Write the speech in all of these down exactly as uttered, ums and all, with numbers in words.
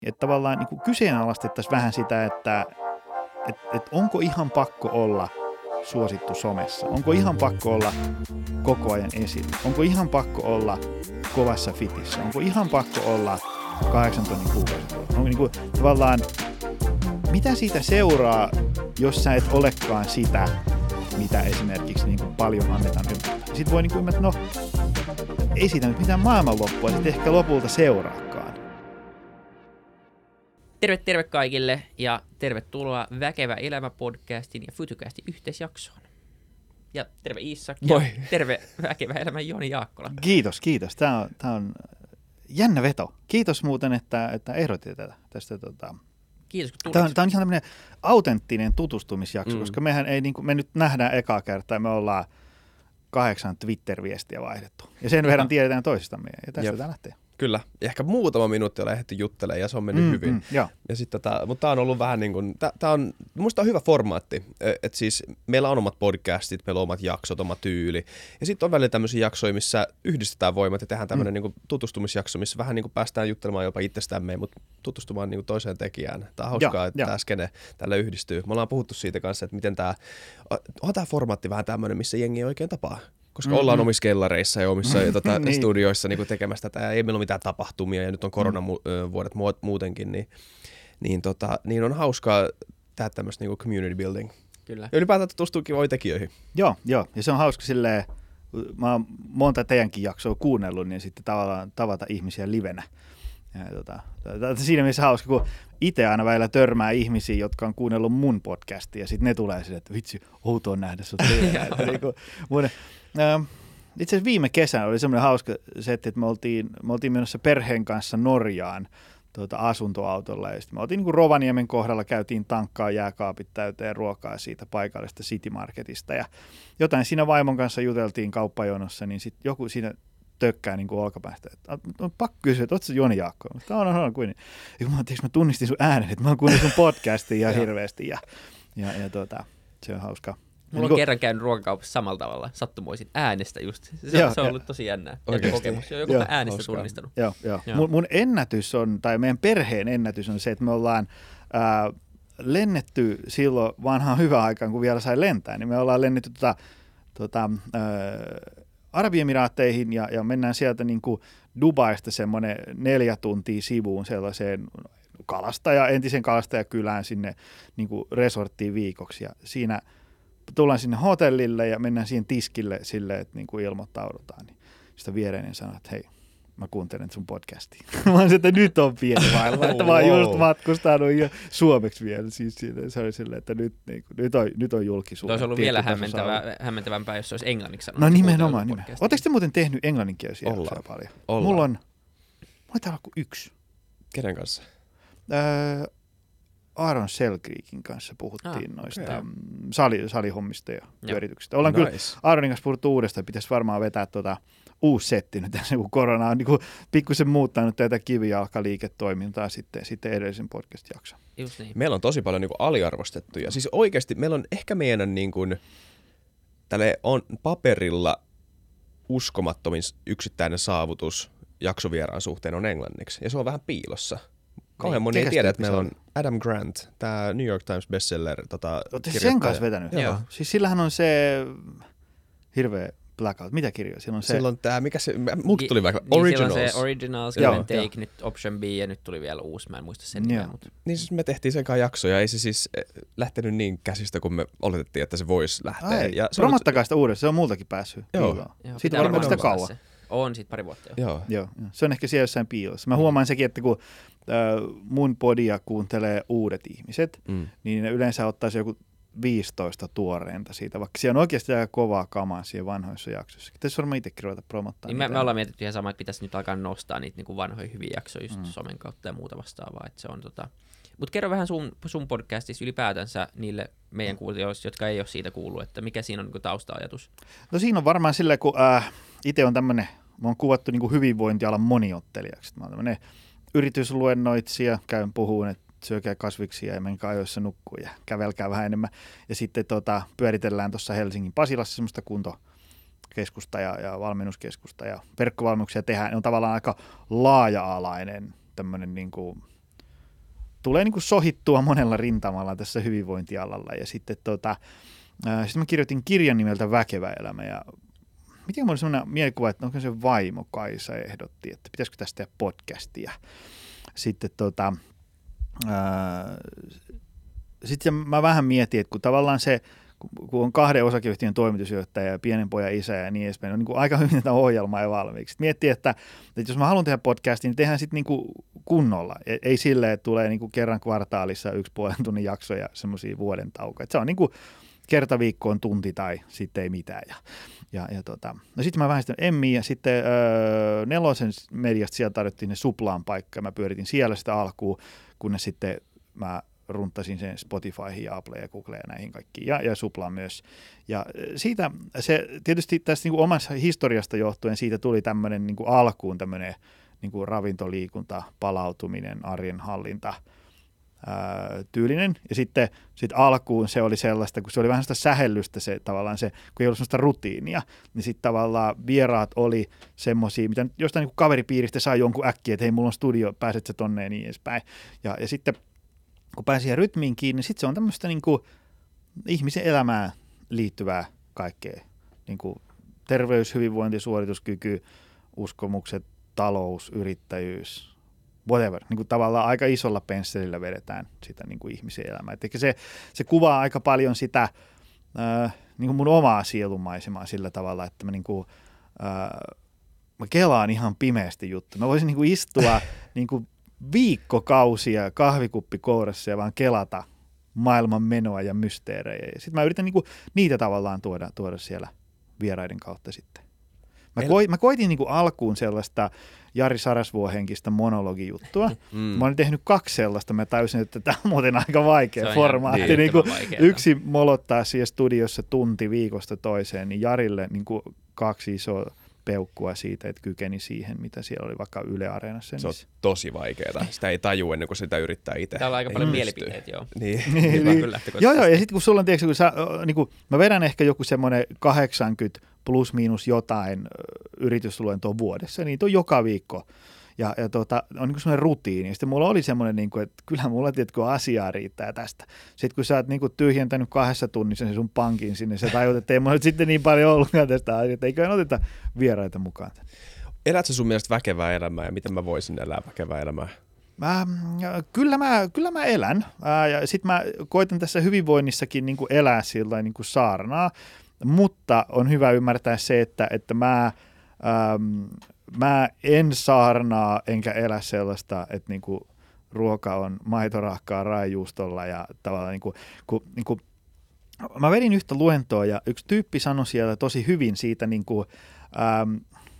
Että tavallaan niin kuin kyseenalaistettaisiin vähän sitä, että et, et onko ihan pakko olla suosittu somessa? Onko ihan pakko olla koko ajan esillä? Onko ihan pakko olla kovassa fitissä? Onko ihan pakko olla kahdeksan tonnin kuukausi? Onko niin kuin, tavallaan, mitä siitä seuraa, jos sä et olekaan sitä, mitä esimerkiksi niin kuin paljon annetaan ymmärtää? Sitten voi niin kuin ymmärtää, no ei siitä nyt mitään maailmanloppua, sitten ehkä lopulta seuraakaan. Terve terve kaikille ja tervetuloa Väkevä elämä podcastin ja Futucastin yhteisjaksoon. Ja terve Iisak ja Moi. terve Väkevä elämä Joni Jaakkola. Kiitos, kiitos. Tämä on, tämä on jännä veto. Kiitos muuten, että, että ehdotit tätä. Tästä, tota... Kiitos kun tulit. Tämä on, tämä on ihan tämmöinen autenttinen tutustumisjakso, Mm. koska mehän ei, niin kuin, me nyt nähdään ekaa kertaa, me ollaan kahdeksan Twitter-viestiä vaihdettu. Ja sen verran tiedetään toisistamme, ja tästä Jep. tämä lähtee. Kyllä. Ja ehkä muutama minuutti on lähdetty juttelemaan ja se on mennyt Mm, hyvin. mm, joo. Ja sit tota, mutta tää on ollut vähän niin kuin, tää, tää on, musta on hyvä formaatti. Että siis meillä on omat podcastit, meillä on omat jaksot, oma tyyli. Ja sitten on välillä tämmöisiä jaksoja, missä yhdistetään voimat ja tehdään tämmöinen mm. niin kuin tutustumisjakso, missä vähän niin kuin päästään juttelemaan jopa itsestämme, mutta tutustumaan niin kuin toiseen tekijään. Tää on hauskaa, Joo, että joo. tämä skene tällä yhdistyy. Me ollaan puhuttu siitä kanssa, että miten tämä, on tämä formaatti vähän tämmöinen, missä jengi ei oikein tapaa. Koska Mm-hmm. ollaan omissa kellareissa ja omissa tota, Niin. studioissa niin tekemässä tätä ja ei meillä ole mitään tapahtumia ja nyt on koronavuodet mu- muutenkin, niin, niin, tota, niin on hauskaa tehdä tämmöistä niin community building. Kyllä. Ja ylipäätään tutustuu kivoihin tekijöihin. Joo, joo. Ja se on hauska silleen, mä oon monta teidänkin jaksoa kuunnellut, niin sitten tavallaan tavata ihmisiä livenä. Ja, tota, siinä mielessä hauska, kun itse aina välillä törmää ihmisiä, jotka on kuunnellut mun podcastia, ja sitten ne tulee silleen, että vitsi, outoa nähdä sut livenä. Että niinku, mun, ähm, itse asiassa viime kesänä oli semmoinen hauska setti, että me oltiin, me oltiin menossa perheen kanssa Norjaan tuota, asuntoautolla, ja sitten me oltiin niin kuin Rovaniemen kohdalla, käytiin tankkaa jääkaapit täyteen ruokaa siitä paikallista City Marketista, ja jotain siinä vaimon kanssa juteltiin kauppajonossa, niin sitten joku siinä tökkää niin kuin olkapäästä, että on pakko kysyä, että ootko sä Joni Jaakkola? Tämä on, on, on, kuin. Ja kun mä, tiiäks, mä tunnistin sun äänen, että mä oon kuunnellut sun podcastia ihan hirveästi, ja, ja, ja tuota, se on hauska. Mulla on niin kerran käynyt ruokakaupassa samalla tavalla, sattumoisin äänestä just. Se, Joo, se on ja- ollut tosi jännää. Oikeesti? Kokemus. Joku Joo, on äänestä hauskaa. tunnistanut. Joo, joo. Joo. Mun, mun ennätys on, tai meidän perheen ennätys on se, että me ollaan ää, lennetty silloin vanhaan hyvään aikaan, kun vielä sai lentää, niin me ollaan lennetty tota, tota, ää, Arabiemiraatteihin ja, ja mennään sieltä niin kuin Dubaista semmoinen neljä tuntia sivuun sellaiseen kalastaja, entisen kalastajakylään sinne niin kuin resorttiin viikoksi, ja siinä tullaan sinne hotellille ja mennään siihen tiskille silleen, että niin kuin ilmoittaudutaan, niin sitä viereinen sanoo, että hei, mä kuuntelen sun podcastia. Mä olisin, että nyt on pieni maailma, että mä oon Wow. just matkustanut ja suomeksi vielä. Siis siinä, se oli silleen, että nyt, niin kuin, nyt on, nyt on julkisuus. Olisi ollut vielä hämmentävää, hämmentävämpää, jos se olisi englanniksi sanonut. No että nimenomaan, kuuntelut nimenomaan. podcastia. Oletteko te muuten tehnyt englanninkielisiä Ollaan. jaksoja paljon? Ollaan. Mulla on, mulla täällä kuin yksi. Kenen kanssa? Öö, Aaron Selkriikin kanssa puhuttiin Ah, noista okei. mm, sali, salihommista ja pyörityksistä. Ollaan kyllä Nice. Aaronin kanssa puhuttu uudestaan, pitäisi varmaan vetää tuota uusi setti nyt tässä, kun korona on niin pikkusen muuttanut tätä kivijalkaliiketoimintaa sitten, sitten edellisen podcast-jakson. Just niin. Meillä on tosi paljon niin kuin aliarvostettuja. Siis oikeasti meillä on ehkä meidän niin kuin, tälle on paperilla uskomattomin yksittäinen saavutus jaksovieraan suhteen on englanniksi. Ja se on vähän piilossa. Kauhean Niin, moni ei kekäs tiedä, että tyyppi meillä se on Adam Grant, tämä New York Times bestseller. Tota, Olette sen kirjoittaja. kanssa vetänyt? Joo. Joo. Siis sillähän on se hirveä blackout. Mitä kirjoja? Siellä on se... Silloin tämä, mikä se, multa tuli vaikka Niin, Originals. siellä on se Originals, Joo, Give and joo. Take, nyt Option B ja nyt tuli vielä uusi, mä en muista sen Joo. nimeä, mutta Niin siis me tehtiin sen kanssa jaksoja, ei se siis eh, lähtenyt niin käsistä, kun me oletettiin, että se voisi lähteä. Ai, Ja se on promottakaa sitä uudestaan, se on multakin päässyt. Joo. piiloon. joo, Siitä pitää varmaan sitä varmaan kauan. se. On siitä pari vuotta jo. Joo. Joo, joo. Se on ehkä siellä jossain piilossa. Mä huomaan sekin, että kun äh, mun podia kuuntelee uudet ihmiset, Mm. niin ne yleensä ottaisi joku viisitoista tuoreinta siitä, vaikka siellä on oikeasti aika kovaa kamaa siellä vanhoissa jaksoissa. Tässä varmaan itsekin ruveta promottaa. Niin me, niitä. me ollaan mietitty ihan sama, että pitäisi nyt alkaa nostaa niitä niin kuin vanhoja hyviä jaksoja just Mm. somen kautta ja muuta vastaavaa. Että se on tota... Mutta kerro vähän sun, sun podcastissa ylipäätänsä niille meidän kuulijoille, jotka ei ole siitä kuullut, että mikä siinä on niin kuin tausta-ajatus. No siinä on varmaan silleen, kun äh, itse on tämmöinen, mä oon kuvattu niin kuin hyvinvointialan moniottelijaksi. Mä oon tämmöinen yritysluennoitsija, käyn puhuun, että syökää kasviksia ja menkää ajoissa nukkuu ja kävelkää vähän enemmän. Ja sitten tota, pyöritellään tuossa Helsingin Pasilassa semmoista kuntokeskusta ja, ja valmennuskeskusta ja verkkovalmennuksia tehdään. Ne on tavallaan aika laaja-alainen tämmöinen niin kuin tulee niin kuin sohittua monella rintamalla tässä hyvinvointialalla. Ja sitten tota, ää, sitten mä kirjoitin kirjan nimeltä Väkevä elämä ja miten mulla oli sellainen mielikuva, että onko se vaimo Kaisa ehdotti, että pitäisikö tästä tehdä podcastia. Sitten tota, ää, sitten mä vähän mietin, että kun tavallaan se, kun on kahden osakeyhtiön toimitusjohtaja ja pienen pojan isä ja niin edespäin, on niin kuin aika hyvin tätä ohjelmaa ja valmiiksi. Miettii, että, että jos mä haluan tehdä podcastia, niin tehdään sitten niin kuin kunnolla. Ei silleen, että tulee niin kuin kerran kvartaalissa yksi puolen tunnin jakso ja semmoisia vuoden taukoja. Se on niin kuin kerta viikkoon tunti tai sitten ei mitään. Ja, ja, ja tota. No sitten mä vähän sitten Emmi ja sitten öö, Nelosen mediasta sieltä tarjottiin ne Suplaan paikka. Mä pyöritin siellä sitä alkuun, kunnes sitten mä runtasin sen Spotifyhin ja Apple ja Google ja näihin kaikkiin ja, ja Suplaan myös. Ja siitä se tietysti tästä niin kuin omassa historiasta johtuen siitä tuli tämmöinen niin kuin alkuun tämmöinen niin kuin ravintoliikunta, palautuminen, arjen hallinta ää, tyylinen. Ja sitten sit alkuun se oli sellaista, kun se oli vähän sitä sähellystä se tavallaan se, kun ei ollut sellaista rutiinia, niin sitten tavallaan vieraat oli semmoisia, mitä jostain niin kuin kaveripiiristä sai jonkun äkkiä, että hei, mulla on studio, pääset sä tonne ja niin edespäin. Ja, ja sitten kun pääsi siihen rytmiin kiinni, niin sitten se on tämmöistä niin kuin ihmisen elämään liittyvää kaikkea. Niin kuin terveys, hyvinvointi, suorituskyky, uskomukset, talous, yrittäjyys, whatever. Niin kuin tavallaan aika isolla pensselillä vedetään sitä niin kuin ihmisen elämää. Et se, se kuvaa aika paljon sitä äh, niin kuin mun omaa sielunmaisemaa sillä tavalla, että mä, niin kuin, äh, mä kelaan ihan pimeästi juttu. Mä voisin niin kuin istua niin kuin viikkokausia kahvikuppi kourassa ja vaan kelata maailman menoa ja mysteerejä. Sitten mä yritän niinku niitä tavallaan tuoda, tuoda siellä vieraiden kautta sitten. Mä, ko, mä koitin niinku alkuun sellaista Jari Sarasvuo-henkistä monologijuttua. Mm. Mä olin tehnyt kaksi sellaista. Mä täysin, että tämä on muuten aika vaikea formaatti. Niin, niinku yksi molottaa siellä studiossa tunti viikosta toiseen, niin Jarille niinku kaksi isoa peukkua siitä, että kykeni siihen, mitä siellä oli vaikka Yle Areenassa. Se on tosi vaikeaa. Sitä ei taju ennen kuin sitä yrittää itse. Täällä on aika paljon mielipiteitä, joo. Niin. niin, niin. Joo, joo, ja sitten kun sulla on, tiedätkö, kun sä, niin kun, mä vedän ehkä joku semmoinen kahdeksankymmentä plus miinus jotain yritysluentoa vuodessa, niin on joka viikko. Ja, ja tota, on niin semmoinen rutiini. Ja sitten mulla oli semmoinen, niin kuin, että kyllä mulla tiedätkö, asiaa riittää tästä. Sitten kun sä oot niin kuin tyhjentänyt kahdessa tunnissa sen sun pankin sinne, sä tajut, että ei mulla nyt sitten niin paljon ollutkaan tästä asiaa, että eiköhän oteta vieraita mukaan. Elätkö sun mielestä väkevää elämää ja miten mä voisin elää väkevää elämää? Mä, kyllä, mä, kyllä mä elän. Ää, ja sitten mä koitan tässä hyvinvoinnissakin niin kuin elää sillä niin kuin saarnaa, mutta on hyvä ymmärtää se, että, että mä... Ähm, Mä en saarnaa enkä elä sellaista, että niinku ruoka on maitorahkaa raajuustolla ja tavallaan niinku, kun, niinku, mä vedin yhtä luentoa ja yksi tyyppi sanoi siellä tosi hyvin siitä, niinku, ähm,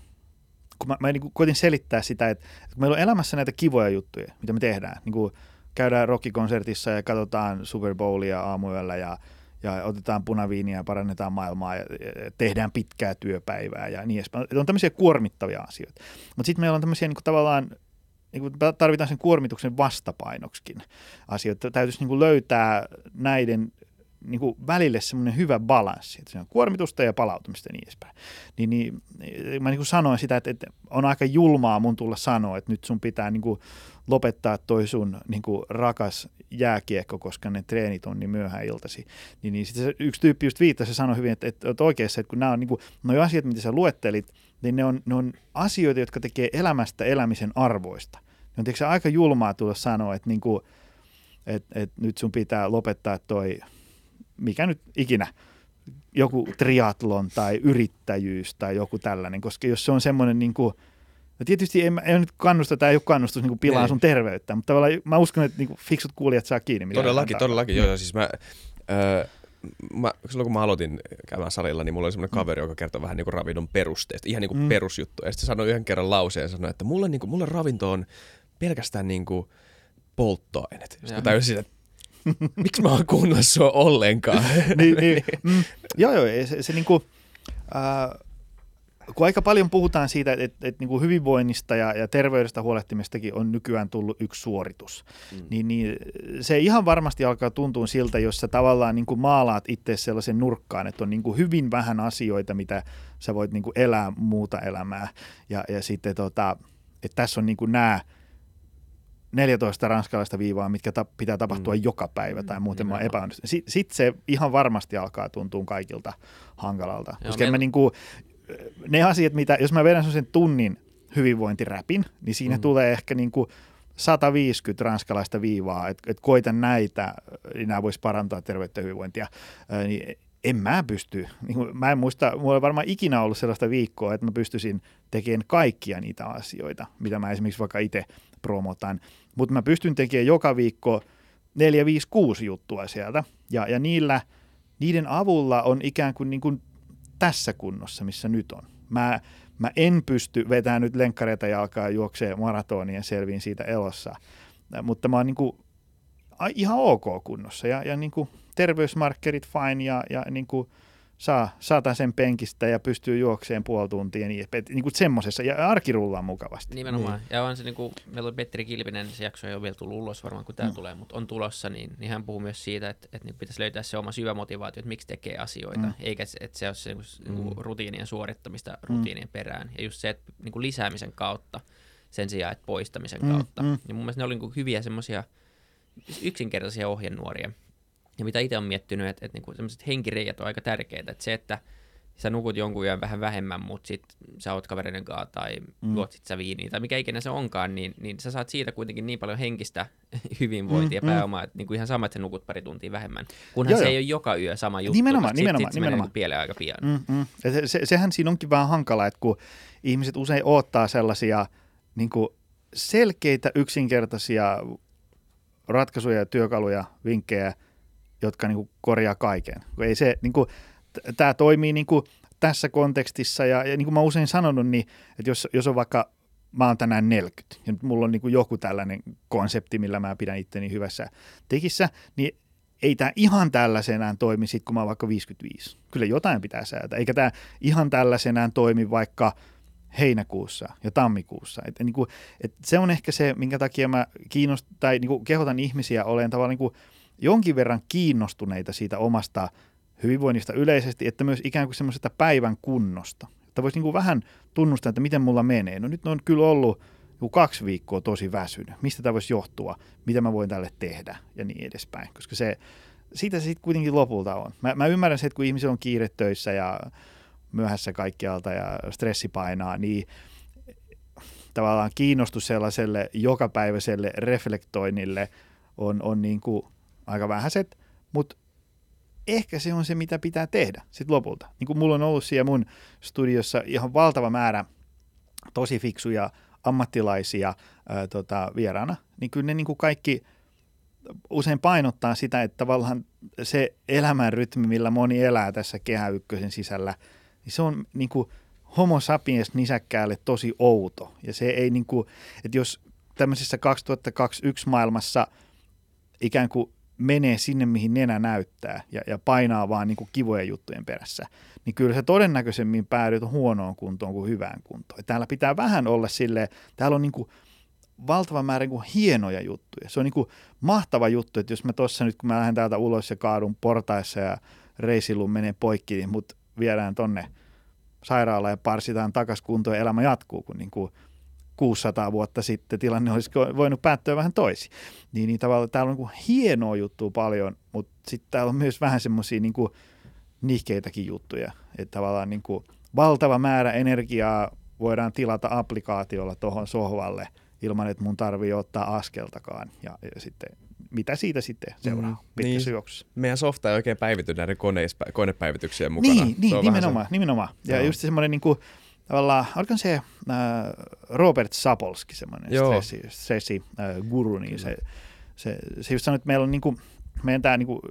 kun mä, mä niinku koitin selittää sitä, että, että meillä on elämässä näitä kivoja juttuja, mitä me tehdään. Niinku, käydään rockikonsertissa ja katsotaan Super Bowlia aamuyöllä ja ja otetaan punaviiniä ja parannetaan maailmaa ja tehdään pitkää työpäivää ja niin edespäin. On tämmöisiä kuormittavia asioita. Mutta sitten meillä on tämmöisiä niin kuin tavallaan, niin kuin tarvitaan sen kuormituksen vastapainoksikin asioita. Täytyisi niin kuin löytää näiden niin kuin välille semmoinen hyvä balanssi, että se on kuormitusta ja palautumista ja niin edespäin. Niin, niin, mä niin kuin sanoin sitä, että, että on aika julmaa mun tulla sanoa, että nyt sun pitää niin kuin lopettaa toi sun niin kuin rakas jääkiekko, koska ne treenit on niin myöhään iltasi. Niin, niin sitten yksi tyyppi just viittasi ja sanoi hyvin, että, että, että oikeassa, että kun nämä on niin kuin, nuo asiat, mitä sä luettelit, niin ne on, ne on asioita, jotka tekee elämästä elämisen arvoista. Ne on tietysti aika julmaa tulla sanoa, että, niin kuin, että, että nyt sun pitää lopettaa toi, mikä nyt ikinä, joku triatlon tai yrittäjyys tai joku tällainen, koska jos se on semmoinen niin kuin, no tietysti ei, ei nyt kannusta, tämä ei ole kannustus niin pilaa sun terveyttä, mutta tavallaan mä uskon, että niin fiksut kuulijat saa kiinni. Todellakin, todellakin. Joo, siis mä, äh, mä, silloin kun mä aloitin käymään salilla, niin mulla oli semmoinen kaveri, joka kertoi vähän niin kuin ravinnon perusteista, ihan niin kuin mm. perusjuttu. Ja sitten sanoi yhden kerran lauseen, sanoi, että mulle, niin kuin, mulle ravinto on pelkästään niin kuin polttoaineet. Sitten mä täysin, että miksi mä oon kuunnella sua ollenkaan? niin, niin, mm, joo, joo, se, se niin kuin, äh, kun aika paljon puhutaan siitä, että, että, että niin kuin hyvinvoinnista ja, ja terveydestä huolehtimistakin on nykyään tullut yksi suoritus, mm. niin, niin se ihan varmasti alkaa tuntua siltä, jos sä tavallaan niin kuin maalaat itse sellaisen nurkkaan, että on niin kuin hyvin vähän asioita, mitä sä voit niin kuin elää muuta elämää. Ja, ja sitten tota, että tässä on niin kuin nämä neljätoista ranskalaista viivaa, mitkä ta- pitää tapahtua mm. joka päivä tai muuten mä epäonnistun. Sitten sit se ihan varmasti alkaa tuntua kaikilta hankalalta. Joo, koska meillä... mä niinku, ne asiat, mitä, jos mä vedän sen tunnin hyvinvointiräpin, niin siinä mm. tulee ehkä niinku sata viisikymmentä ranskalaista viivaa, että et koitan näitä, niin nämä vois parantaa terveyttä ja hyvinvointia, ää, niin en mä pysty. Niin mä en muista, mulla ei varmaan ikinä ollut sellaista viikkoa, että mä pystyisin tekemään kaikkia niitä asioita, mitä mä esimerkiksi vaikka itse promotan. Mutta mä pystyn tekemään joka viikko neljä, viisi, kuusi juttua sieltä. Ja, ja niillä, niiden avulla on ikään kuin, niin kuin tässä kunnossa, missä nyt on. Mä, mä en pysty vetämään nyt lenkkareita jalkaa ja juoksee maratonia ja selviin siitä elossa. Mutta mä oon niin kuin ihan ok kunnossa ja, ja niin kuin terveysmarkkerit fine ja, ja niin kuin saa, saatan sen penkistä ja pystyy juokseen puoli tuntia niin, niin kuin semmoisessa ja arki rullaa mukavasti. Nimenomaan. Niin. Ja on se niin kuin, meillä on Petteri Kilpinen, se jakso ei ole vielä tullut ulos varmaan kun tämä mm. tulee, mutta on tulossa, niin, niin hän puhuu myös siitä, että, että niin pitäisi löytää se oma syvä motivaatio, että miksi tekee asioita, mm. eikä että se ole se niin kuin, mm. rutiinien suorittamista rutiinien mm. perään. Ja just se, että niin kuin lisäämisen kautta sen sijaan, että poistamisen mm. kautta. Mm. Ja mun mielestä ne oli niin kuin hyviä semmoisia yksinkertaisia ohjenuoria. Ja mitä itse olen miettinyt, että, että niinku sellaiset henkireijät on aika tärkeitä. Että se, että sä nukut jonkun yön vähän vähemmän, mutta sit sä oot kavereiden kanssa tai mm. juot sit sä viiniä tai mikä ikinä se onkaan, niin, niin sä saat siitä kuitenkin niin paljon henkistä hyvinvointia mm, ja pääomaa, mm. että niinku ihan sama, että sä nukut pari tuntia vähemmän. Kunhan joo, se jo. ei ole joka yö sama juttu, nimenomaan, sit, nimenomaan, sit se nimenomaan. menee pieleen aika pian. Mm, mm. Se, se, sehän siinä onkin vähän hankala, että kun ihmiset usein odottaa sellaisia niinku selkeitä, yksinkertaisia ratkaisuja ja työkaluja, vinkkejä, jotka niin kuin korjaa kaiken. Ei se, niin kuin, t- tämä toimii niin kuin tässä kontekstissa ja, ja niin kuin mä usein sanonut, niin, että jos, jos on vaikka, mä oon tänään neljäkymmentä ja nyt mulla on niin kuin joku tällainen konsepti, millä mä pidän itteni hyvässä tekissä, niin ei tämä ihan tällaisenään toimi sit, kun mä oon vaikka viisikymmentäviisi. Kyllä jotain pitää säätää, eikä tämä ihan tällaisenään toimi vaikka heinäkuussa ja tammikuussa. Et, niin kuin, et se on ehkä se, minkä takia mä kiinnost, tai niin kuin kehotan ihmisiä olemaan tavallaan niin kuin jonkin verran kiinnostuneita siitä omasta hyvinvoinnista yleisesti, että myös ikään kuin semmoisesta päivän kunnosta. Että voisi niin kuin vähän tunnustaa, että miten mulla menee. No nyt on kyllä ollut kaksi viikkoa tosi väsynyt. Mistä tämä voisi johtua? Mitä mä voin tälle tehdä? Ja niin edespäin. Koska se, siitä se sitten kuitenkin lopulta on. Mä, mä ymmärrän se, että kun ihmisillä on kiire töissä ja myöhässä kaikkialta ja stressi painaa, niin tavallaan kiinnostus sellaiselle jokapäiväiselle reflektoinnille on, on niin kuin aika vähäiset, mutta ehkä se on se, mitä pitää tehdä sitten lopulta. Niin kuin mulla on ollut siellä mun studiossa ihan valtava määrä tosi fiksuja ammattilaisia ää, tota, vieraana, niin kyllä ne niin kuin kaikki usein painottaa sitä, että tavallaan se elämänrytmi, millä moni elää tässä Kehä Ykkösen sisällä, niin se on niin kuin homo sapiens nisäkkäälle tosi outo. Ja se ei niin kuin, että jos tämmöisessä kaksituhattakaksikymmentäyksi maailmassa ikään kuin menee sinne, mihin nenä näyttää ja, ja painaa vaan niin kuin kivojen juttujen perässä, niin kyllä se todennäköisemmin päädyt huonoon kuntoon kuin hyvään kuntoon. Ja täällä pitää vähän olla silleen, täällä on niin kuin valtava määrä niin kuin hienoja juttuja. Se on niin kuin mahtava juttu, että jos mä tuossa nyt, kun mä lähden täältä ulos ja kaadun portaissa ja reisilun menee poikki, niin mut viedään tonne sairaalaan ja parsitaan takas kuntoon ja elämä jatkuu, kun niin kuin kuusisataa vuotta sitten tilanne olisi voinut päättyä vähän toisin. Niin, niin tavallaan täällä on niin kuin hienoa juttua paljon, mutta sitten täällä on myös vähän semmoisia niin kuin nihkeitäkin juttuja. Että tavallaan niin kuin valtava määrä energiaa voidaan tilata applikaatiolla tuohon sohvalle ilman, että mun tarvii ottaa askeltakaan. Ja, ja sitten mitä siitä sitten seuraa mm, pitkässä niin, juoksussa. Meidän softa ei oikein päivity näiden koneispa- konepäivityksien mukana. Niin, niin nimenomaan, se... nimenomaan. Ja no. just semmoinen niin kuin tavallaan, oliko se äh, Robert Sapolsky, semmoinen stressi, stressi äh, guru, niin se, se, se just sanoi, että meillä on niin kuin, meidän tämä niin kuin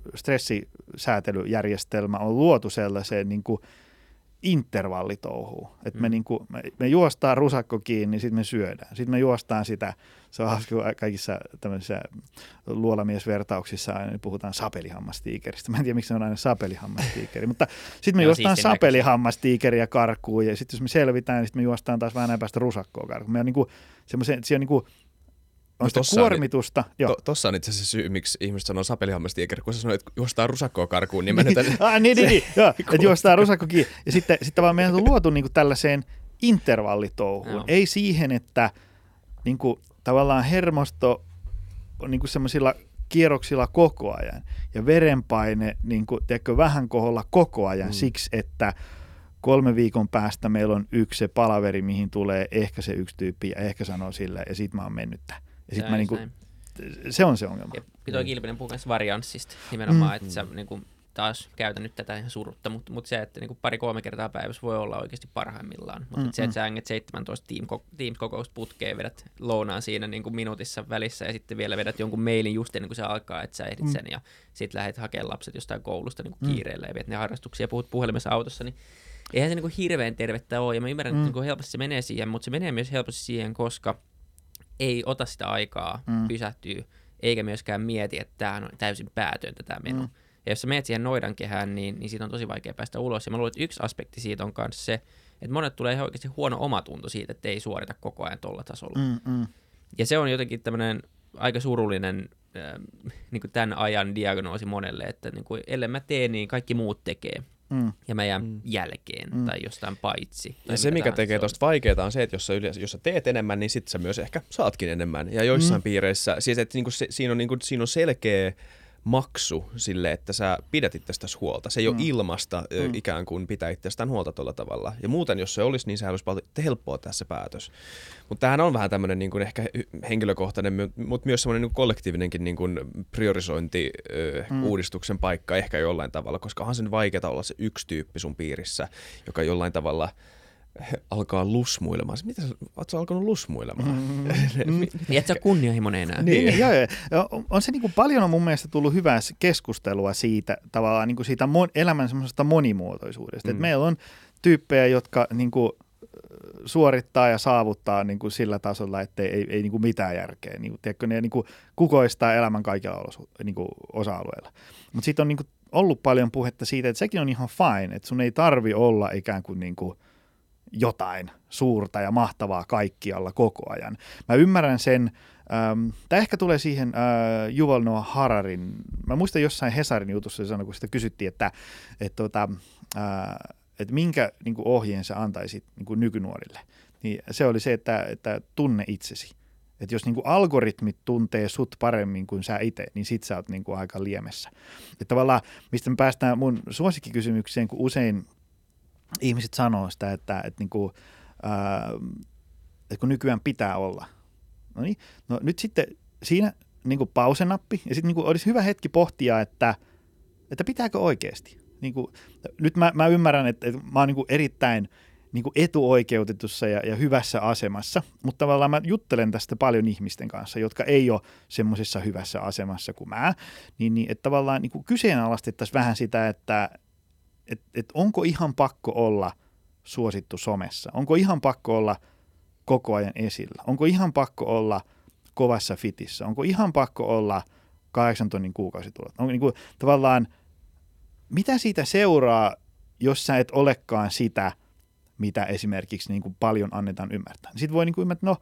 stressisäätelyjärjestelmä on luotu sellaiseen niin kuin intervallitouhuun, että mm. me, niin kuin, me, me juostaan rusakko kiinni, sitten me syödään, sitten me juostaan sitä, se on hauska kaikissa tämmöisissä luolamiesvertauksissa aina puhutaan sapelihammastiikeristä, mä en tiedä miksi se on aina sapelihammastiikeri, mutta sitten me juostaan sapelihammastiikeriä karkuun ja sitten jos me selvitään, niin sitten me juostaan taas vähän näin päästä rusakkoa karkuun. Me on niin kuin semmoisen, siellä on niin kuin on no sitä kuormitusta. To, tossa on itse asiassa syy, miksi ihmiset sanoo sapelihammastiikeri, kun sä sanoit, että juostaan rusakkoa karkuun, niin mä nyt... ah, niin, niin, niin, joo, että juostaan rusakko kiinni. Ja sitten, sitten vaan meidän on luotu niin kuin tällaiseen intervallitouhuun. No. Ei siihen, että niin kuin, tavallaan hermosto niin kuin semmoisilla kierroksilla koko ajan ja verenpaine niin kuin, tiedätkö, vähän koholla koko ajan mm. siksi, että kolme viikon päästä meillä on yksi se palaveri, mihin tulee ehkä se yksi tyyppi ja ehkä sanoo sille ja sit mä oon mennyttä. Ja sit mä niinku, se on se ongelma. Ja Pito Kilpinen puhuu myös varianssista nimenomaan, mm. että sä niinku, taas käytän nyt tätä ihan surutta, mutta mut se, että niinku pari-kolme kertaa päivässä voi olla oikeasti parhaimmillaan. Mutta mm, se, että sä hänget seitsemäntoista Teams-kokousta putkeen, vedät lounaan siinä niinku minuutissa välissä ja sitten vielä vedät jonkun mailin just ennen kuin se alkaa, että sä ehdit mm. sen ja sit lähdet hakemaan lapset jostain koulusta niinku kiireellä ja viet ne harrastuksia ja puhut puhelimessa autossa, niin eihän se niinku hirveän tervettä ole, ja mä ymmärrän, mm. että niinku helposti se menee siihen, mutta se menee myös helposti siihen, koska ei ota sitä aikaa mm. pysähtyä, eikä myöskään mieti, että tämähän on täysin päätöntä tämä meno. Mm. Ja jos sä menet siihen noidankehään, niin, niin siitä on tosi vaikea päästä ulos. Ja mä luulen, että yksi aspekti siitä on myös se, että monet tulee ihan oikeasti huono omatunto siitä, että ei suorita koko ajan tuolla tasolla. Mm, mm. Ja se on jotenkin tämmöinen aika surullinen äh, niin kuin tämän ajan diagnoosi monelle, että niin kuin, ellei mä tee, niin kaikki muut tekee. Mm. Ja mä jään mm. jälkeen mm. tai jostain paitsi. Ja se, mikä tekee tuosta vaikeaa, on se, että jos sä, yleensä, jos sä teet enemmän, niin sit sä myös ehkä saatkin enemmän. Ja joissain mm. piireissä, siis että niinku se, siinä, on, niinku, siinä on selkeä maksu sille, että sä pidät itsestäsi huolta. Se ei mm. ole ilmasta mm. ikään kuin pitää itsestään huolta tuolla tavalla. Ja muuten, jos se olisi, niin sehän olisi paljon helppoa tässä päätös. Mutta tämähän on vähän tämmöinen niin kuin ehkä henkilökohtainen, mutta myös semmoinen niin kollektiivinenkin niin kuin priorisointi mm. uudistuksen paikka ehkä jollain tavalla, koska onhan sen vaikeaa olla se yksi tyyppi sun piirissä, joka jollain tavalla alkaa lusmuilemaan. Mitä sä, oot sä alkanut lusmuilemaan? Mm, mm. Et sä kunnianhimoinen enää. Niin, niin, joo, joo. On se niin kuin paljon on mun mielestä tullut hyvää keskustelua siitä tavallaan niin kuin siitä mon, elämän semmoisesta monimuotoisuudesta. Mm. Et meillä on tyyppejä, jotka niin kuin suorittaa ja saavuttaa niin kuin sillä tasolla, että ei, ei niin kuin mitään järkeä. Niin kuin, tiedätkö, ne niin kuin kukoistaa elämän kaikilla olosu, niin kuin osa-alueilla. Mutta sitten on niin kuin ollut paljon puhetta siitä, että sekin on ihan fine, että sun ei tarvi olla ikään kuin, niin kuin jotain suurta ja mahtavaa kaikkialla koko ajan. Mä ymmärrän sen, ähm, tämä ehkä tulee siihen äh, Yuval Noah Hararin, mä muistan jossain Hesarin jutussa sanoi, kun sitä kysyttiin, että, että, tota, äh, että minkä niin kuin ohjeen sä antaisit niin kuin nykynuorille, niin se oli se, että, että tunne itsesi. Että jos niin kuin algoritmit tuntee sut paremmin kuin sä itse, niin sit sä oot niin kuin aika liemessä. Että tavallaan, mistä me päästään mun suosikkikysymykseen, kun usein ihmiset sanoo sitä, että, että, niin kuin, ää, että kun nykyään pitää olla. No niin, no nyt sitten siinä niin kuin pausenappi ja sitten niin kuin olisi hyvä hetki pohtia, että, että pitääkö oikeasti. Niin kuin, nyt mä, mä ymmärrän, että, että mä oon niin kuin erittäin niin kuin etuoikeutetussa ja, ja hyvässä asemassa, mutta tavallaan mä juttelen tästä paljon ihmisten kanssa, jotka ei ole semmoisessa hyvässä asemassa kuin mä, niin, niin että tavallaan niin kuin kyseenalaistettaisiin vähän sitä, että Että et onko ihan pakko olla suosittu somessa? Onko ihan pakko olla koko ajan esillä? Onko ihan pakko olla kovassa fitissä? Onko ihan pakko olla kahdeksan tonnin kuukausitulot? Onko niin kuin, tavallaan, mitä siitä seuraa, jos sä et olekaan sitä, mitä esimerkiksi niin kuin paljon annetaan ymmärtää? Sitten voi niin kuin ymmärtää, no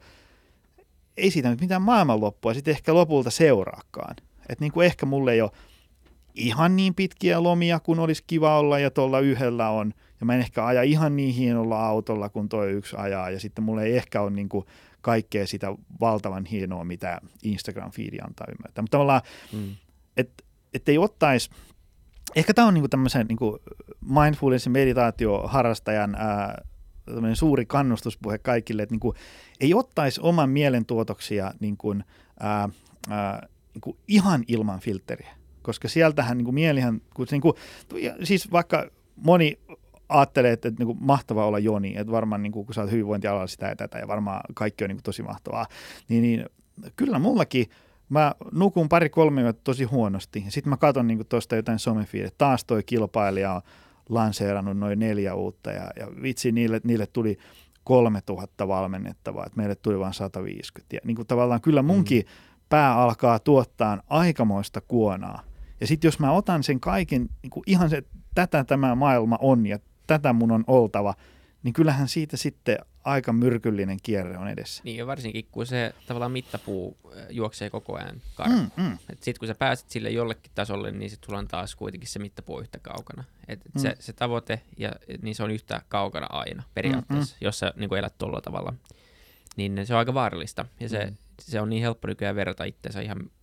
ei siitä nyt mitään maailmanloppua sitten ehkä lopulta seuraakaan. Että niin kuin ehkä mulle ei ole ihan niin pitkiä lomia, kun olisi kiva olla ja tuolla yhdellä on. Ja mä en ehkä aja ihan niin hienolla autolla, kun toi yksi ajaa. Ja sitten mulla ei ehkä ole niin kuin kaikkea sitä valtavan hienoa, mitä Instagram-feedi antaa ymmärtää. Mutta tavallaan, mm. että et ei ottaisi, ehkä tämä on niin kuin tämmöisen niin kuin mindfulness- meditaatioharrastajan ää, suuri kannustuspuhe kaikille, että niin kuin ei ottaisi oman mielentuotoksia niin kuin, ää, ää, niin kuin ihan ilman filtteriä. Koska sieltähän niin kuin mielihän, kun, niin kuin, siis vaikka moni ajattelee, että, että niin kuin mahtavaa olla Joni, että varmaan niin kuin, kun sä oot hyvinvointialalla sitä ja tätä ja varmaan kaikki on niin kuin tosi mahtavaa, niin, niin kyllä mullakin, mä nukun pari-kolme yötä tosi huonosti ja sitten mä katson niin tuosta jotain somefiidet, taas toi kilpailija on lanseerannut noin neljä uutta ja, ja vitsi, niille, niille tuli kolmetuhatta valmennettavaa, että meille tuli vain sata viisikymmentä ja niin kuin tavallaan kyllä munkin mm. pää alkaa tuottaa aikamoista kuonaa. Ja sitten jos mä otan sen kaiken, niin kuin ihan se, tätä tämä maailma on ja tätä mun on oltava, niin kyllähän siitä sitten aika myrkyllinen kierre on edessä. Niin ja varsinkin kun se tavallaan mittapuu juoksee koko ajan karkuun. Mm, mm. Sitten kun sä pääset sille jollekin tasolle, niin sitten sulla on taas kuitenkin se mittapuu yhtä kaukana. Et mm. se, se tavoite, ja, niin se on yhtä kaukana aina periaatteessa, mm, mm. jos sä niin elät tuolla tavalla. Niin se on aika vaarallista ja se, mm. se on niin helppo nykyään verrata itseensä ihan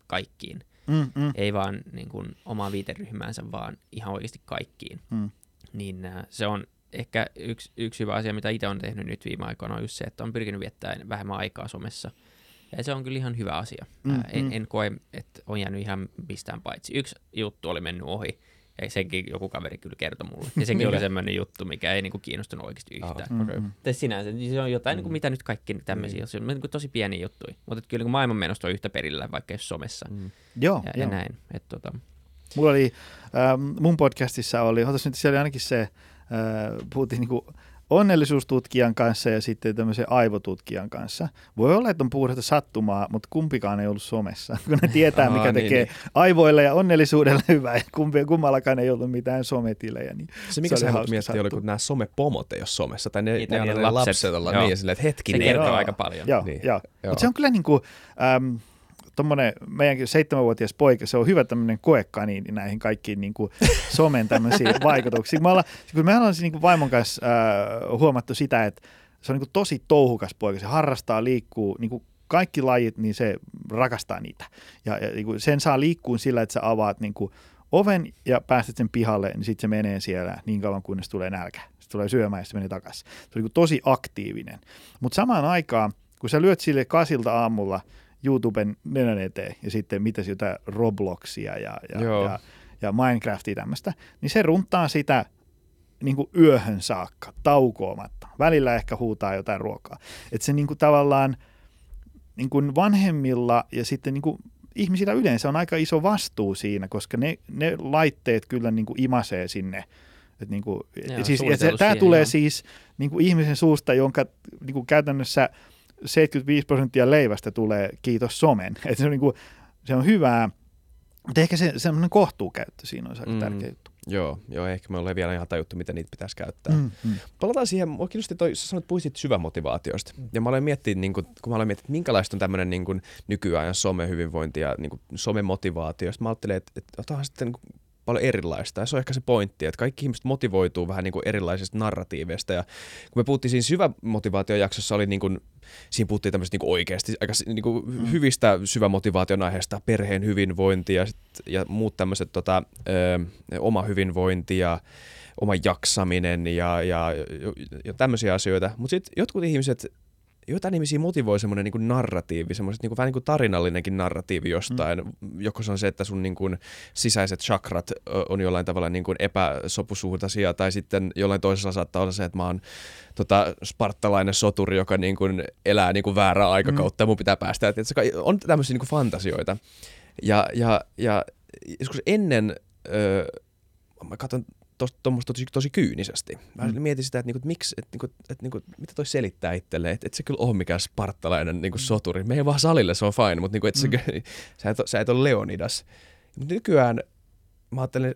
kaikkiin. Mm, mm. Ei vaan niin kuin omaa viiteryhmäänsä, vaan ihan oikeasti kaikkiin. Mm. Niin äh, se on ehkä yksi, yksi hyvä asia, mitä itse on tehnyt nyt viime aikoina, on just se, että on pyrkinyt viettämään vähemmän aikaa somessa. Ja se on kyllä ihan hyvä asia. Mm, äh, en, mm. en koe, että on jäänyt ihan mistään paitsi. Yksi juttu oli mennyt ohi, ja senkin joku kaveri kyllä kertoi mulle. Ja sekin oli semmoinen juttu, mikä ei niinku kiinnostunut oikeasti yhtään. Mm, mm. Tai sinänsä, niin se on jotain, mm. niinku, mitä nyt kaikki tämmöisiä, mm. se on niinku tosi pieniä juttuja. Mutta kyllä niinku maailmanmenosta on yhtä perillä, vaikka ei somessa. Mm. Joo, ja, joo. ja näin. Et, tota. Mulla oli, ähm, mun podcastissa oli, otas nyt, siellä oli ainakin se, äh, puhuttiin niinku onnellisuustutkijan kanssa ja sitten tämmöisen aivotutkijan kanssa. Voi olla, että on puhdasta sattumaa, mutta kumpikaan ei ollut somessa, kun ne tietää, mikä Aha, tekee niin, niin. aivoille ja onnellisuudelle hyvää, ja kumpi, kummallakaan ei ollut mitään sometilejä. Niin se, mikä se sä haluat miettiä, oli, kun nämä somepomot ei ole somessa, tai ne, niin, ne, ne, ne lapset, lapset olla niin, silleen, että hetkinen. Se kertoo aika paljon. Joo, niin, joo. Mutta se on kyllä niin kuin, ähm, tommoinen meidänkin seitsemänvuotias poika, se on hyvä tämmöinen koekaniini näihin kaikkiin niin kuin somen tämmöisiin vaikutuksiin. Me ollaan, kun me ollaan niin kuin vaimon kanssa äh, huomattu sitä, että se on niin kuin tosi touhukas poika. Se harrastaa, liikkuu, niin kuin kaikki lajit, niin se rakastaa niitä. Ja, ja niin kuin sen saa liikkuun sillä, että sä avaat niin kuin oven ja päästät sen pihalle, niin sitten se menee siellä niin kauan, kunnes tulee nälkä. Sitten tulee syömään ja sitten menee takaisin. Se on niin kuin tosi aktiivinen. Mutta samaan aikaan, kun sä lyöt sille kasilta aamulla YouTuben nenän eteen ja sitten mitäs jotain Robloxia ja, ja, ja, ja Minecraftia tämmöistä, niin se runttaa sitä niin kuin yöhön saakka, taukoamatta. Välillä ehkä huutaa jotain ruokaa. Että se niin kuin tavallaan niin kuin vanhemmilla ja sitten niin kuin ihmisillä yleensä on aika iso vastuu siinä, koska ne, ne laitteet kyllä niin kuin imasee sinne. Et niin kuin, Joo, siis, ja se, tämä siihen, tulee joo. siis niin kuin ihmisen suusta, jonka niin kuin käytännössä seitsemänkymmentäviisi prosenttia leivästä tulee kiitos somen. Et se, on niin kuin, se on hyvää, mutta ehkä se semmoinen kohtuukäyttö siinä on aika mm. tärkeä juttu. Joo, joo, ehkä me ollaan vielä ihan tajuttu, miten niitä pitäisi käyttää. Mm, mm. Palataan siihen, mua kiinnosti toi, sä sanoit, puhuisit syvämotivaatiosta. Mm. Ja mä olen miettinyt, niin kun, kun mä olen miettinyt, minkälaista on tämmöinen niin kun nykyajan somehyvinvointi ja niin kun somemotivaatio. Sitten mä ajattelin, että, että otahan sitten niin paljon erilaista. Ja se on ehkä se pointti, että kaikki ihmiset motivoituu vähän niin kuin erilaisista narratiiveista. Ja kun me puhuttiin siinä syvämotivaatiojaksossa, oli niin kuin, siinä puhuttiin tämmöistä niin kuin oikeasti aika niin kuin mm. hyvistä syvämotivaation aiheista, perheen hyvinvointi ja, sit, ja muut tämmöiset tota, ö, oma hyvinvointi ja oma jaksaminen ja, ja, ja, ja tämmöisiä asioita. Mutta sitten jotkut ihmiset, jotain ihmisiä motivoi semmoinen niin kuin narratiivi, semmoiset niin kuin vähän niin kuin tarinallinenkin narratiivi jostain. Mm. Joko se on se, että sun niin kuin sisäiset chakrat on jollain tavalla niin kuin epäsopusuhtaisia, tai sitten jollain toisella saattaa olla se, että mä oon tota, spartalainen soturi, joka niin kuin elää niin kuin väärää aikakautta, mm. ja mun pitää päästä. Et on tämmöisiä niin kuin fantasioita. Ja, ja, ja joskus ennen, öö, mä katson tuommoista tosi, tosi kyynisesti. Mä mm. mietin sitä, että, niinku, että miksi, että, niinku, että niinku, mitä toi selittää itselleen, että, että se kyllä on mikään spartalainen niinku, soturi. Me ei vaan salille, se on fine, mutta niinku, että mm. se, sä, et, sä et ole Leonidas. Mutta nykyään mä ajattelen,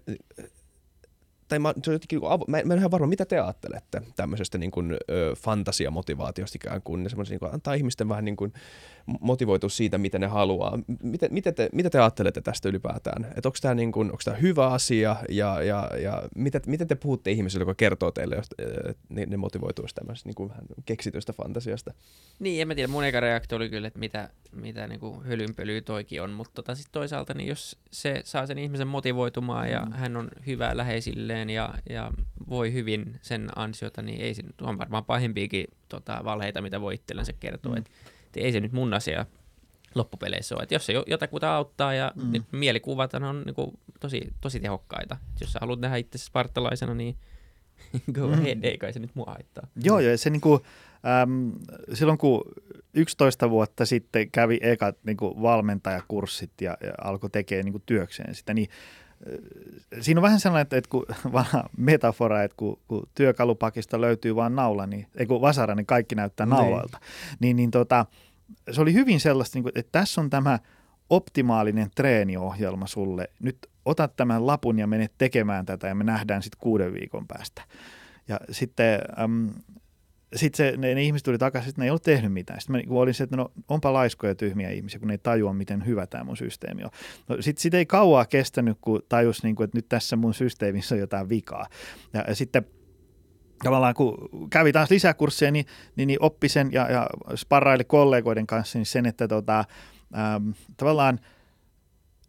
tai mä, se on jotenkin, mä, en, mä en ihan varma, mitä te ajattelette tämmöisestä niin kuin, ö, fantasiamotivaatiosta ikään kuin, niin kuin antaa ihmisten vähän niin kuin motivoitua siitä, mitä ne haluaa. Miten, mitä, te, mitä te ajattelette tästä ylipäätään? Että onko tämä niin kuin, onko tämä hyvä asia ja, ja, ja miten, miten te puhutte ihmisille, joka kertoo teille, että ne, ne motivoituisi tämmöisestä niin kuin vähän keksitystä fantasiasta? Niin, en mä tiedä. Mun eka reaktio oli kyllä, että mitä, mitä niin kuin hölynpölyä toikin on, mutta tota, sit toisaalta niin jos se saa sen ihmisen motivoitumaan ja mm. hän on hyvä läheisilleen ja, ja voi hyvin sen ansiota, niin ei se on varmaan pahempiakin tota, valheita, mitä voi itsellensä kertoa. Mm. Et, et ei se nyt mun asia loppupeleissä ole. Et jos se jotakuta auttaa ja mm. nyt mielikuvat on niin kuin, tosi, tosi tehokkaita. Et jos sä haluat nähdä itse spartalaisena, niin go mm. ahead, ei kai se nyt mua haittaa. Joo, joo, se niinku, äm, silloin kun yksitoista vuotta sitten kävi ekat niinku valmentajakurssit ja, ja alkoi tekemään niinku työkseen sitä, niin siinä on vähän sellainen, että, että kun vanha metafora, että kun, kun työkalupakista löytyy vain naula, niin, ei kun vasara, niin kaikki näyttää naulalta. Niin, niin tota, se oli hyvin sellaista, että tässä on tämä optimaalinen treeniohjelma sulle. Nyt otat tämän lapun ja menet tekemään tätä ja me nähdään sitten kuuden viikon päästä. Ja sitten äm, sit se, ne, ne ihmiset tuli takaisin, että ne ei ollut tehnyt mitään. Sitten mä olin se, että no onpa laiskoja tyhmiä ihmisiä, kun ne ei tajua, miten hyvä tämä mun systeemi on. No, sitten sit ei kauaa kestänyt, kun tajus, niin kuin, että nyt tässä mun systeemissä on jotain vikaa. Ja, ja sitten tavallaan kun kävi taas lisäkursseja, niin, niin, niin oppi sen ja, ja sparraili kollegoiden kanssa niin sen, että tota, äm, tavallaan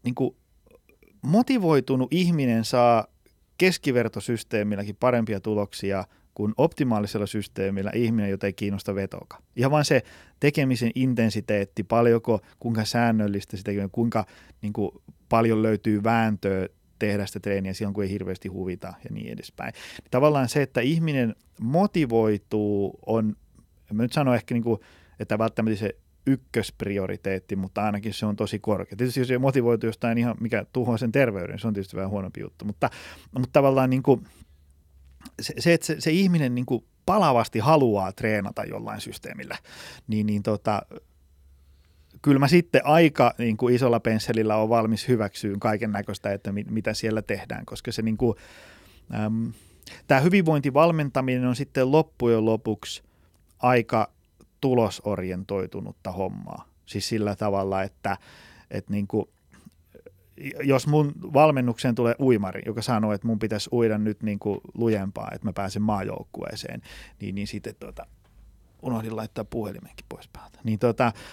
niin kuin motivoitunut ihminen saa keskivertosysteemilläkin parempia tuloksia kuin optimaalisella systeemillä ihminen, jota ei kiinnosta vetoka. Ihan vain se tekemisen intensiteetti, paljonko, kuinka säännöllistä sitä, kuinka niin kuin, paljon löytyy vääntöä tehdä sitä treeniä silloin, kun ei hirveästi huvita ja niin edespäin. Tavallaan se, että ihminen motivoituu on, mä nyt sanon ehkä, niin kuin, että välttämättä se ykkösprioriteetti, mutta ainakin se on tosi korkea. Tietysti jos ei motivoitu jostain ihan, mikä tuhoaa sen terveyden, se on tietysti vähän huonompi juttu, mutta, mutta tavallaan niin kuin, se, se, että se, se ihminen niin kuin palavasti haluaa treenata jollain systeemillä, niin, niin tota, kyllä mä sitten aika niin kuin isolla pensselillä on valmis hyväksyyn kaiken näköistä, että mit, mitä siellä tehdään, koska se niin kuin, äm, tämä hyvinvointivalmentaminen on sitten loppujen lopuksi aika tulosorientoitunutta hommaa. Siis sillä tavalla, että, että niin kuin, jos mun valmennukseen tulee uimari, joka sanoo, että mun pitäisi uida nyt niin kuin lujempaa, että mä pääsen maajoukkueeseen, niin, niin sitten tuota, unohdin laittaa puhelimenkin pois päältä. Niin tuota, äh,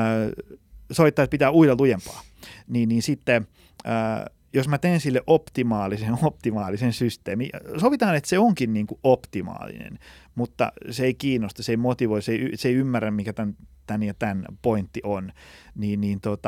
soittaa, että pitää uida lujempaa. Niin, niin sitten, äh, jos mä teen sille optimaalisen, optimaalisen systeemi, sovitaan, että se onkin niin kuin optimaalinen, mutta se ei kiinnosta, se ei motivoi, se ei, se ei ymmärrä, mikä tämän, tämän ja tämän pointti on, niin, niin tota,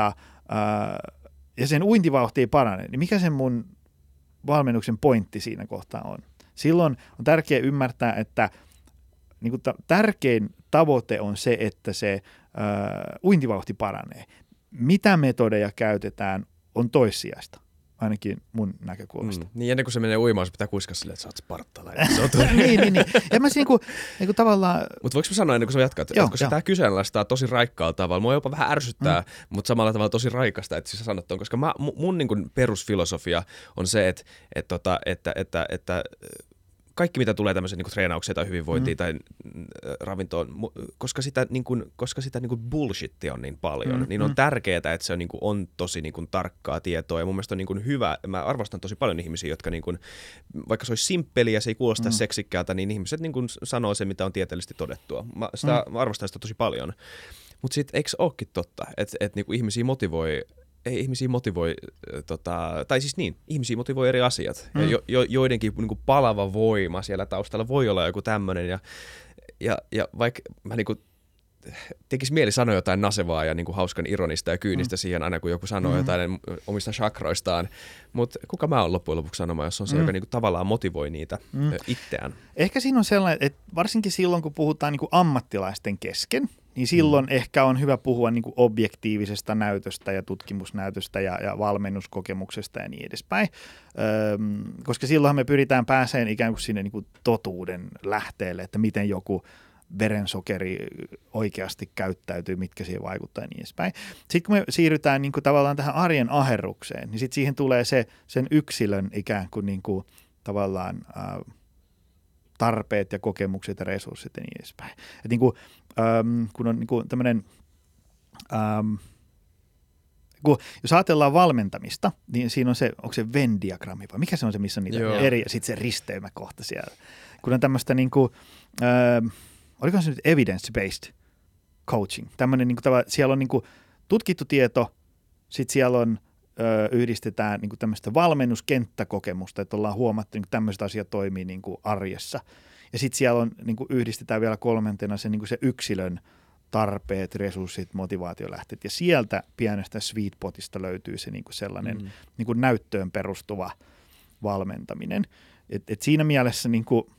äh, ja sen uintivauhti ei parane, niin mikä sen mun valmennuksen pointti siinä kohtaa on? Silloin on tärkeää ymmärtää, että niin kuin ta- tärkein tavoite on se, että se äh, uintivauhti paranee. Mitä metodeja käytetään on toissijaista, ainakin mun näkökulmasta. Mm. Niin ennen kuin se menee uimaan, se pitää kuiskaa silleen, että sä oot sparttalainen. niin, niin, niin. Ja mä niinku, niinku tavallaan... Mutta voiko mä sanoa ennen kuin sä jatkat, joo, että sitä kyseenalaistaa tosi raikkaalla tavalla. Mua jopa vähän ärsyttää, mm. mutta samalla tavalla tosi raikasta, että sä sanot ton, koska mä, mun niin kuin perusfilosofia on se, että, että, että, että, että, että kaikki, mitä tulee tämmöiseen niin treenaukseen tai hyvinvointiin mm. tai ravintoon, koska sitä, niin kuin, koska sitä niin kuin bullshittia on niin paljon, mm. niin on mm. tärkeää, että se on, niin kuin, on tosi niin kuin, tarkkaa tietoa. Ja mun mielestä on niin kuin, hyvä, mä arvostan tosi paljon ihmisiä, jotka niin kuin, vaikka se olisi simppeli ja se ei kuulosta mm. seksikkäältä, niin ihmiset niin kuin, sanoo se, mitä on tieteellisesti todettua. Mä, sitä, mm. mä arvostan sitä tosi paljon. Mutta sitten eikö olekin totta, että et, niin ihmisiä motivoi ei ihmisiä motivoi, tota, tai siis niin, ihmisiä motivoi eri asiat. Mm. Ja jo, jo, joidenkin niin kuin palava voima siellä taustalla voi olla joku tämmöinen. Ja, ja, ja vaikka mä niin kuin tekisi mieli sanoa jotain nasevaa ja niin kuin hauskan ironista ja kyynistä mm. siihen aina, kun joku sanoo mm. jotain omista chakroistaan. Mutta kuka mä oon loppujen lopuksi sanomaan, jos on se, mm. joka niin kuin tavallaan motivoi niitä mm. itseään? Ehkä siinä on sellainen, että varsinkin silloin, kun puhutaan niin kuin ammattilaisten kesken, niin silloin mm. ehkä on hyvä puhua niin kuin objektiivisesta näytöstä ja tutkimusnäytöstä ja, ja valmennuskokemuksesta ja niin edespäin, Öm, koska silloin me pyritään pääsemään ikään kuin sinne niin kuin totuuden lähteelle, että miten joku verensokeri oikeasti käyttäytyy, mitkä siihen vaikuttaa ja niin edespäin. Sitten kun me siirrytään niin kuin tavallaan tähän arjen aherrukseen, niin sitten siihen tulee se sen yksilön ikään kuin, niin kuin tavallaan äh, tarpeet ja kokemukset ja resurssit ja niin edespäin. Et niin kuin, ähm, kun on niin kuin tämmöinen, ähm, kun, jos ajatellaan valmentamista, niin siinä on se, onko se Venn-diagrammi vai mikä se on se, missä on niitä Joo. eri, ja sitten se risteymäkohta siellä. Kun on tämmöistä niin kuin, ähm, oliko se nyt evidence-based coaching, tämmöinen, niin kuin, siellä on niin kuin tutkittu tieto, sitten siellä on ö, yhdistetään niin kuin tämmöistä valmennuskenttäkokemusta, että ollaan huomattu, että tämmöiset asiat toimii niin kuin arjessa. Ja sitten siellä on, niin kuin yhdistetään vielä kolmantena se, niin kuin se yksilön tarpeet, resurssit, motivaatiolähteet. Ja sieltä pienestä sweet potista löytyy se niin kuin sellainen mm. niin kuin näyttöön perustuva valmentaminen. Et, et siinä mielessä niin kuin,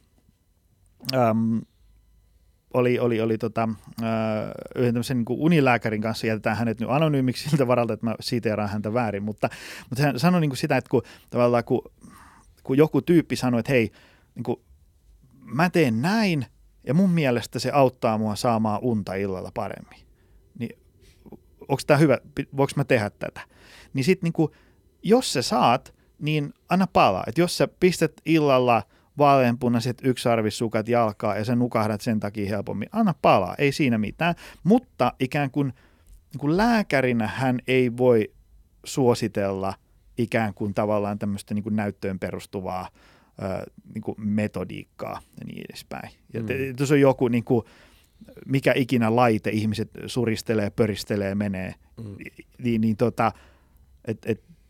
äm, oli, oli, oli tota, äh, yhden tämmöisen niin kuin unilääkärin kanssa, jätetään hänet nyt anonyymiksi siltä varalta, että mä siteeraan häntä väärin, mutta, mutta hän sanoi niin kuin sitä, että kun, tavallaan, kun, kun joku tyyppi sanoi, että hei, niin kuin, mä teen näin, ja mun mielestä se auttaa mua saamaan unta illalla paremmin, niin onko tämä hyvä, voiko mä tehdä tätä? Niin sitten niin kuin, jos sä saat, niin anna palaa, että jos sä pistät illalla vaaleanpunaiset yksarvissukat jalkaa ja sä nukahdat sen takia helpommin. Anna palaa, ei siinä mitään. Mutta ikään kuin, niin kuin lääkärinä hän ei voi suositella ikään kuin tavallaan tämmöistä niin kuin näyttöön perustuvaa ää, niin kuin metodiikkaa ja niin edespäin. Ja mm. tuossa on joku, niin kuin, mikä ikinä laite, ihmiset suristelee, pöristelee, menee, mm. niin, niin tota, että et,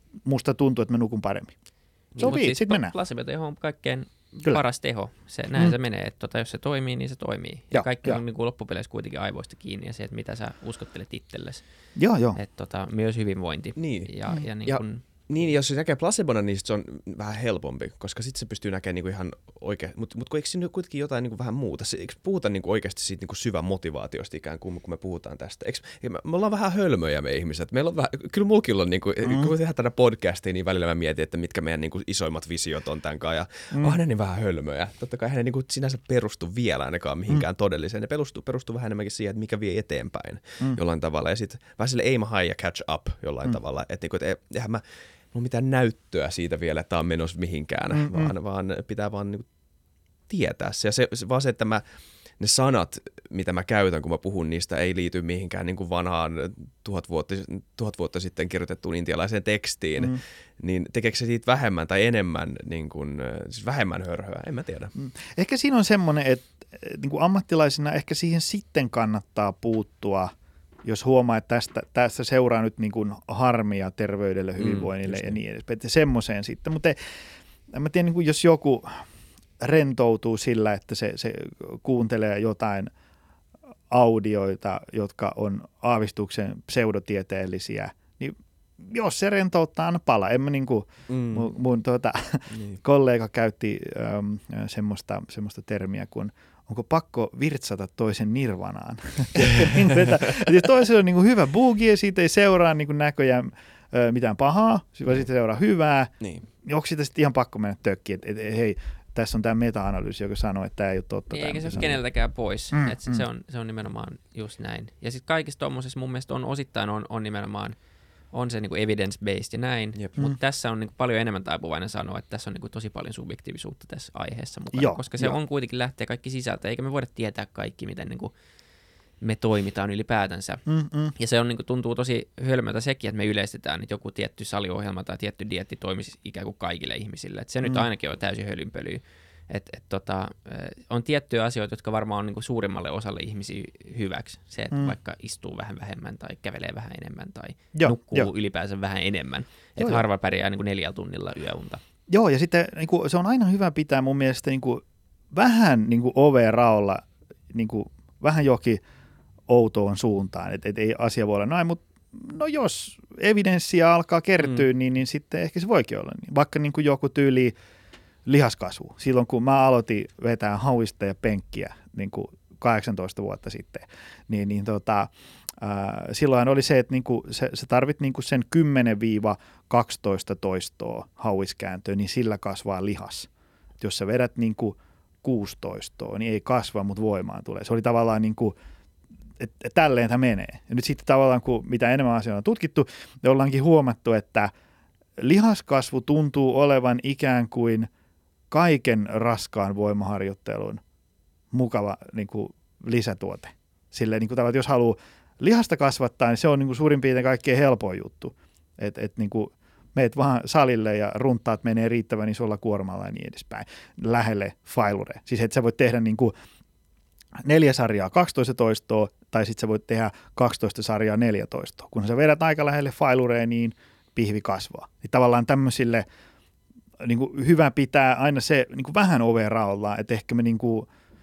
musta tuntuu, että mä nukun paremmin. Se on Mut viit, siis sit mennään. Placebo-teho on kaikkein Kyllä. paras teho. Se, näin Mm. se menee, että tota, jos se toimii, niin se toimii. Ja Joo, kaikki joo. on niin kuin loppupeleissä kuitenkin aivoista kiinni ja se, että mitä sä uskottelet itsellesi. Joo, joo. Että tota, myös hyvinvointi. Niin. Ja, Mm. ja, niin Ja- kun, Niin, jos se näkee placebona, niin sit se on vähän helpompi, koska sitten se pystyy näkemään niinku ihan oikein. Mutta mut, eikö siinä kuitenkin jotain niinku vähän muuta? Se, eikö puhuta niinku oikeasti siitä niinku syvän motivaatiosta ikään kuin, kun me puhutaan tästä? Eikö, me, me ollaan vähän hölmöjä me ihmiset. Meillä on vähän, kyllä mulkilla on, niinku, mm. kun tehdään tätä podcastia, niin välillä mä mietin, että mitkä meidän niinku isoimmat visiot on tämän kanssa. Ja mm. onhan ne niin vähän hölmöjä. Totta kai ne niinku sinänsä perustu vielä ainakaan mihinkään mm. todelliseen. Ne perustuu, perustuu vähän enemmänkin siihen, että mikä vie eteenpäin mm. jollain tavalla. Ja sitten vähän sille aim high ja catch up jollain mm. tavalla. Että niinku, et, eihän mä... Mulla on mitään näyttöä siitä vielä, että tämä on menossa mihinkään, mm-hmm. vaan, vaan pitää vaan niinku tietää se. Ja se, se, vaan se, että mä, ne sanat, mitä mä käytän, kun mä puhun niistä, ei liity mihinkään niinku vanhaan tuhat vuotta, tuhat vuotta sitten kirjoitettuun intialaiseen tekstiin, mm. niin tekeekö se siitä vähemmän tai enemmän, niin kuin, siis vähemmän hörhöä? En mä tiedä. Ehkä siinä on semmoinen, että niin kuin ammattilaisina ehkä siihen sitten kannattaa puuttua, jos huomaa, että tästä, tästä seuraa nyt niin kuin harmia terveydelle, hyvinvoinnille mm, ja niin edespäin. Että semmoiseen sitten. Mutta en mä tiedä, niin kuin jos joku rentoutuu sillä, että se, se kuuntelee jotain audioita, jotka on aavistuksen pseudotieteellisiä, niin jos se rentouttaa, aina pala. En mä niin kuin, mm. mun, mun tuota, niin. kollega käytti ähm, semmoista, semmoista termiä kuin onko pakko virtsata toisen nirvanaan. Toisella on niin kuin hyvä boogie, siitä ei seuraa niin kuin näköjään ö, mitään pahaa, vaan siitä seuraa hyvää. Niin. Onko siitä sitten ihan pakko mennä tökkiin, että et, hei, tässä on tämä meta-analyysi, joka sanoo, että tämä ei ole totta. Niin, eikä se ole sanoo. keneltäkään pois. Mm, Et se, mm. se, on, se on nimenomaan just näin. Ja sitten kaikissa tuommoisissa mun mielestä on osittain on, on nimenomaan on se niinku evidence-based ja näin, mutta Mm. tässä on niinku paljon enemmän taipuvainen sanoa, että tässä on niinku tosi paljon subjektiivisuutta tässä aiheessa mukana, Joo, koska se joo. on kuitenkin lähtee kaikki sisältä, eikä me voida tietää kaikki, miten niinku me toimitaan ylipäätänsä. Mm, mm. Ja se on, niinku, tuntuu tosi hölmöltä sekin, että me yleistetään, että joku tietty saliohjelma tai tietty dieetti toimisi ikään kuin kaikille ihmisille. Et se mm. nyt ainakin on täysin hölynpölyä. Et, et, tota, on tiettyjä asioita, jotka varmaan on niinku suurimmalle osalle ihmisiä hyväksi. Se, että mm. vaikka istuu vähän vähemmän tai kävelee vähän enemmän tai Joo, nukkuu jo. ylipäänsä vähän enemmän. Että Joo, harva pärjää niinku neljällä tunnilla yöunta. Joo, ja sitten niin kuin, se on aina hyvä pitää mun mielestä niin kuin, vähän niin kuin ovea raolla, niin kuin, vähän johonkin outoon suuntaan, että et ei asia voi olla näin, mutta no jos evidenssiä alkaa kertyä, mm. niin, niin sitten ehkä se voikin olla niin. Vaikka niin kuin joku tyyli lihaskasvu. Silloin kun mä aloitin vetää hauista ja penkkiä niin kuin kahdeksantoista vuotta sitten, niin, niin tota, ää, silloin oli se, että niin kuin se, se tarvit niin kuin sen kymmenen kaksitoista toistoa hauiskääntöä, niin sillä kasvaa lihas. Et jos sä vedät niin kuin kuusi toistoa, niin ei kasva, mutta voimaan tulee. Se oli tavallaan niin kuin että et tälleen tämä menee. Ja nyt sitten tavallaan, kun mitä enemmän asioita on tutkittu, niin ollaankin huomattu, että lihaskasvu tuntuu olevan ikään kuin kaiken raskaan voimaharjoittelun mukava niin kuin lisätuote. Silleen, niin kuin tavallaan, että jos haluaa lihasta kasvattaa, niin se on niin kuin suurin piirtein kaikkein helpoin juttu. Että et, niin kuin meet vaan salille ja runtaat menee riittävän isolla kuormalla ja niin edespäin. Lähelle failure. Siis että sä voit tehdä niin kuin neljä sarjaa kaksitoista toistoa, tai sitten sä voit tehdä kaksitoista sarjaa neljätoista. Kun sä vedät aika lähelle failureen, niin pihvi kasvaa. Niin tavallaan tämmöisille niin kuin hyvä pitää aina se niin kuin vähän ovea raollaan, että ehkä me niin kuin,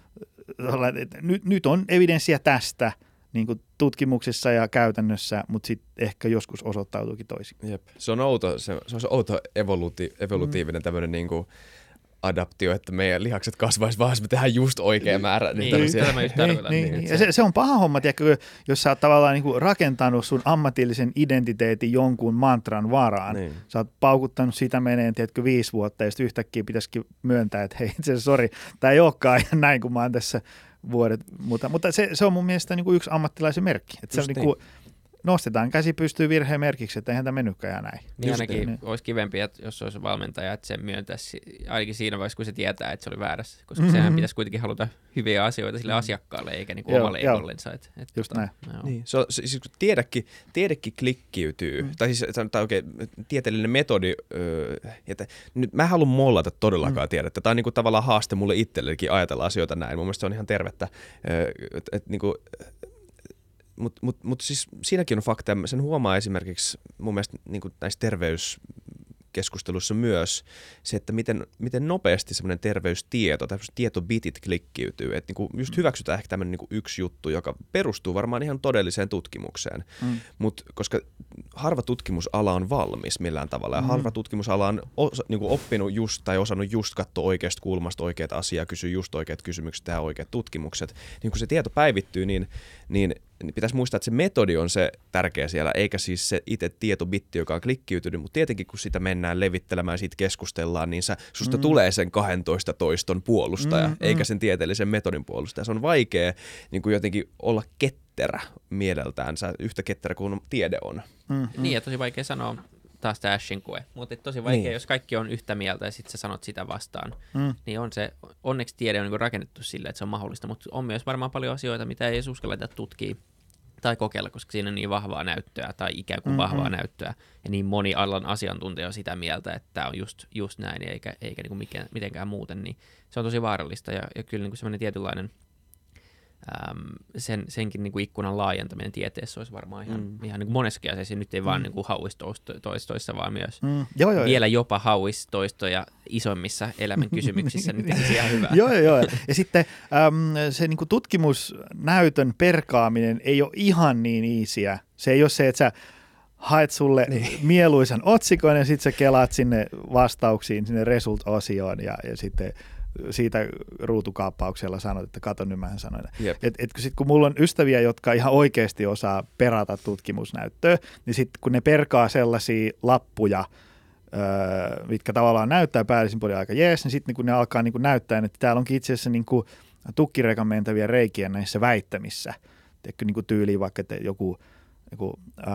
että nyt, nyt on evidenssiä tästä niin kuin tutkimuksissa ja käytännössä, mutta sitten ehkä joskus osoittautuukin toisin. Jep. Se on outo, se, se on se outo evoluti, evolutiivinen mm. tämmöinen niin kuin adaptio, että meidän lihakset kasvaisi vaan, jos me tehdään just oikea määrä. Niin, niin, niin, niin, niin. Ja se, se on paha homma, tiedätkö, jos sä oot tavallaan niin kuin rakentanut sun ammatillisen identiteetin jonkun mantran varaan. Niin. Sä oot paukuttanut sitä meneen, tiedätkö, viisi vuotta, ja sitten yhtäkkiä pitäisikin myöntää, että hei, itse asiassa sori, tämä ei olekaan ihan näin, kun mä oon tässä vuodet. Mutta, mutta se, se on mun mielestä niin kuin yksi ammattilaisen merkki. Että se on niin kuin, nostetaan käsi pystyy virheen merkiksi, että eihän tämä mennytkään ja näin. Niin ainakin niin. Olisi kivempi, että jos olisi valmentaja, että se myöntäisi ainakin siinä vaiheessa, kun se tietää, että se oli väärässä. Koska mm-hmm. sehän pitäisi kuitenkin haluta hyviä asioita sille asiakkaalle, eikä niinku joo, omalle ekollensa. Et, et just tota, näin. Niin. Se on, siis kun tiedekin, tiedekin klikkiytyy, mm. tai siis tai oikein tieteellinen metodi, öö, että nyt mä en halua mollata todellakaan mm. tiedettä. Tämä on niinku tavallaan haaste mulle itsellekin ajatella asioita näin. Mun mielestä se on ihan tervettä. Öö, et, et, niinku, Mutta mut, mut siis siinäkin on fakta, sen huomaa esimerkiksi mun mielestä niin kuin näissä terveyskeskusteluissa myös se, että miten, miten nopeasti semmoinen terveystieto, tämmöiset tietobitit klikkiytyy. Että niin kuin just hyväksytään ehkä tämmöinen niin kuin yksi juttu, joka perustuu varmaan ihan todelliseen tutkimukseen. Mm. Mutta koska harva tutkimusala on valmis millään tavalla ja mm. harva tutkimusala on osa, niin kuin oppinut just tai osannut just katsoa oikeasta kulmasta oikeat asiaa, kysyä just oikeat kysymykset, tehdä oikeat tutkimukset. Niin kun se tieto päivittyy, niin, niin niin pitäisi muistaa, että se metodi on se tärkeä siellä, eikä siis se itse tietobitti, joka on klikkiytynyt, mutta tietenkin kun sitä mennään levittelemään ja siitä keskustellaan, niin sä, susta mm. tulee sen kahdentoista toiston puolustaja, mm, eikä sen tieteellisen metodin puolustaja. Se on vaikea niin kuin jotenkin olla ketterä mieleltäänsä, yhtä ketterä kuin tiede on. Mm, mm. Niin, ja tosi vaikea sanoa taas tämä Ashin koe, mutta tosi vaikea, niin. Jos kaikki on yhtä mieltä ja sitten sä sanot sitä vastaan, mm. niin on se, onneksi tiede on niin rakennettu sille, että se on mahdollista, mutta on myös varmaan paljon asioita, mitä ei edes uskalleta tutkia tai kokeilla, koska siinä on niin vahvaa näyttöä tai ikään kuin mm-hmm. vahvaa näyttöä ja niin moni alan asiantuntija on sitä mieltä, että tämä on just, just näin eikä, eikä niin kuin mikään, mitenkään muuten, niin se on tosi vaarallista ja, ja kyllä niin kuin semmoinen tietynlainen äm, sen, senkin niin kuin ikkunan laajentaminen tieteessä olisi varmaan ihan, mm. ihan niin kuin monessakin asiassa, nyt ei mm. vaan niin kuin hauistoistoissa, vaan myös mm. joo, joo, vielä jopa hauistoistoja isommissa elämän kysymyksissä, niin tämä on ihan hyvä. Joo, joo. Ja sitten äm, se niin kuin tutkimusnäytön perkaaminen ei ole ihan niin easyä. Se ei ole se, että sä haet sulle niin. mieluisan otsikon ja sitten sä kelaat sinne vastauksiin, sinne result-osioon ja, ja sitten siitä ruutukaappauksella sanot, että kato nyt mähän sanoin. Et, et, sit, kun mulla on ystäviä, jotka ihan oikeasti osaa perata tutkimusnäyttöä, niin sitten kun ne perkaa sellaisia lappuja, öö, mitkä tavallaan näyttää päällisin puolin aika jees, niin sitten kun ne alkaa niin kun näyttää, että täällä onkin itse asiassa niin tukkirekan mentäviä reikiä näissä väittämissä. Teekö niin tyyliin vaikka, että joku, joku öö,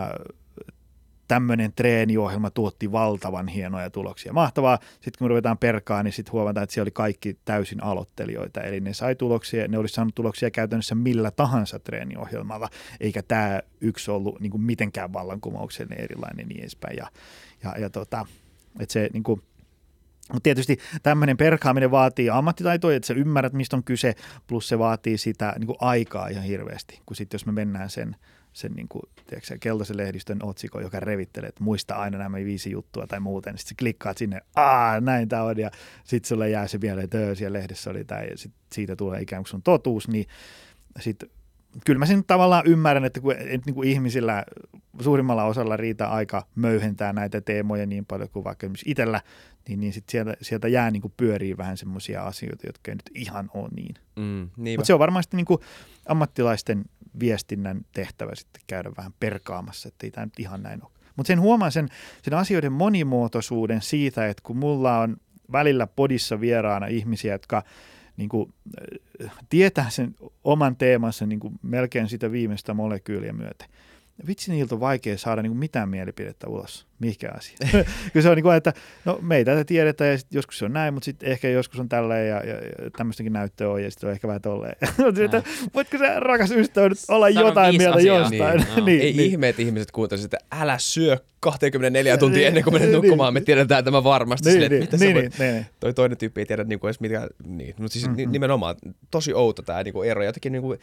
tämmöinen treeniohjelma tuotti valtavan hienoja tuloksia. Mahtavaa. Sitten kun me ruvetaan perkaan, niin sitten huomataan, että siellä oli kaikki täysin aloittelijoita. Eli ne sai tuloksia, ne olisi saanut tuloksia käytännössä millä tahansa treeniohjelmalla, eikä tämä yksi ollut niin kuin mitenkään vallankumouksellinen erilainen niin edespäin. Ja, ja, ja tota, että se niin kuin, mutta tietysti tämmöinen perkaaminen vaatii ammattitaitoa, että sä ymmärrät, mistä on kyse, plus se vaatii sitä niin kuin aikaa ihan hirveästi, kun sitten jos me mennään sen sen niin kuin, tiedätkö, keltaisen lehdistön otsikko, joka revittelee, että muista aina nämä viisi juttua tai muuten, niin sitten sä klikkaat sinne, aa, näin tämä on, ja sitten sulle jää se vielä, että siellä lehdessä oli tämä, ja sit siitä tulee ikään kuin sun totuus, niin sitten kyllä mä sen tavallaan ymmärrän, että kun, et, niin kuin ihmisillä suurimmalla osalla riitä aika möyhentää näitä teemoja niin paljon kuin vaikka esimerkiksi itsellä, niin, niin sit sieltä, sieltä jää niin kuin pyörii vähän semmoisia asioita, jotka ei nyt ihan ole niin. Mm, mutta se on varmasti niin kuin ammattilaisten viestinnän tehtävä sitten käydä vähän perkaamassa, että ei tämä nyt ihan näin ole. Mutta sen huomaan sen, sen asioiden monimuotoisuuden siitä, että kun mulla on välillä podissa vieraana ihmisiä, jotka niin kuin, tietää sen oman teemansa niin kuin melkein sitä viimeistä molekyyliä myöten. Vitsi, niiltä on vaikea saada niin kuin mitään mielipidettä ulos, mihinkään asiaan. Kyllä se on niin kuin, että no me ei tätä tiedetä ja sit joskus se on näin, mutta sitten ehkä joskus on tälleen ja, ja, ja tämmöistäkin näyttöä on ja sitten on ehkä vähän tolleen. Voitko sä, rakas ystävä, nyt olla Sano jotain mieltä asiaa. Jostain? Niin, no. niin, ei niin. Ihme, että ihmiset kuuntelisivat, että älä syö kaksikymmentäneljä tuntia ennen kuin menet nukkumaan, me tiedetään tämä varmasti. Niin, sille, niin, mitä niin, voi, niin, niin. Toi toinen tyyppi ei tiedä niin kuin edes mitään. Niin. Mutta siis mm-hmm. nimenomaan tosi outo tämä niin kuin ero. Jotenkin niin kuin,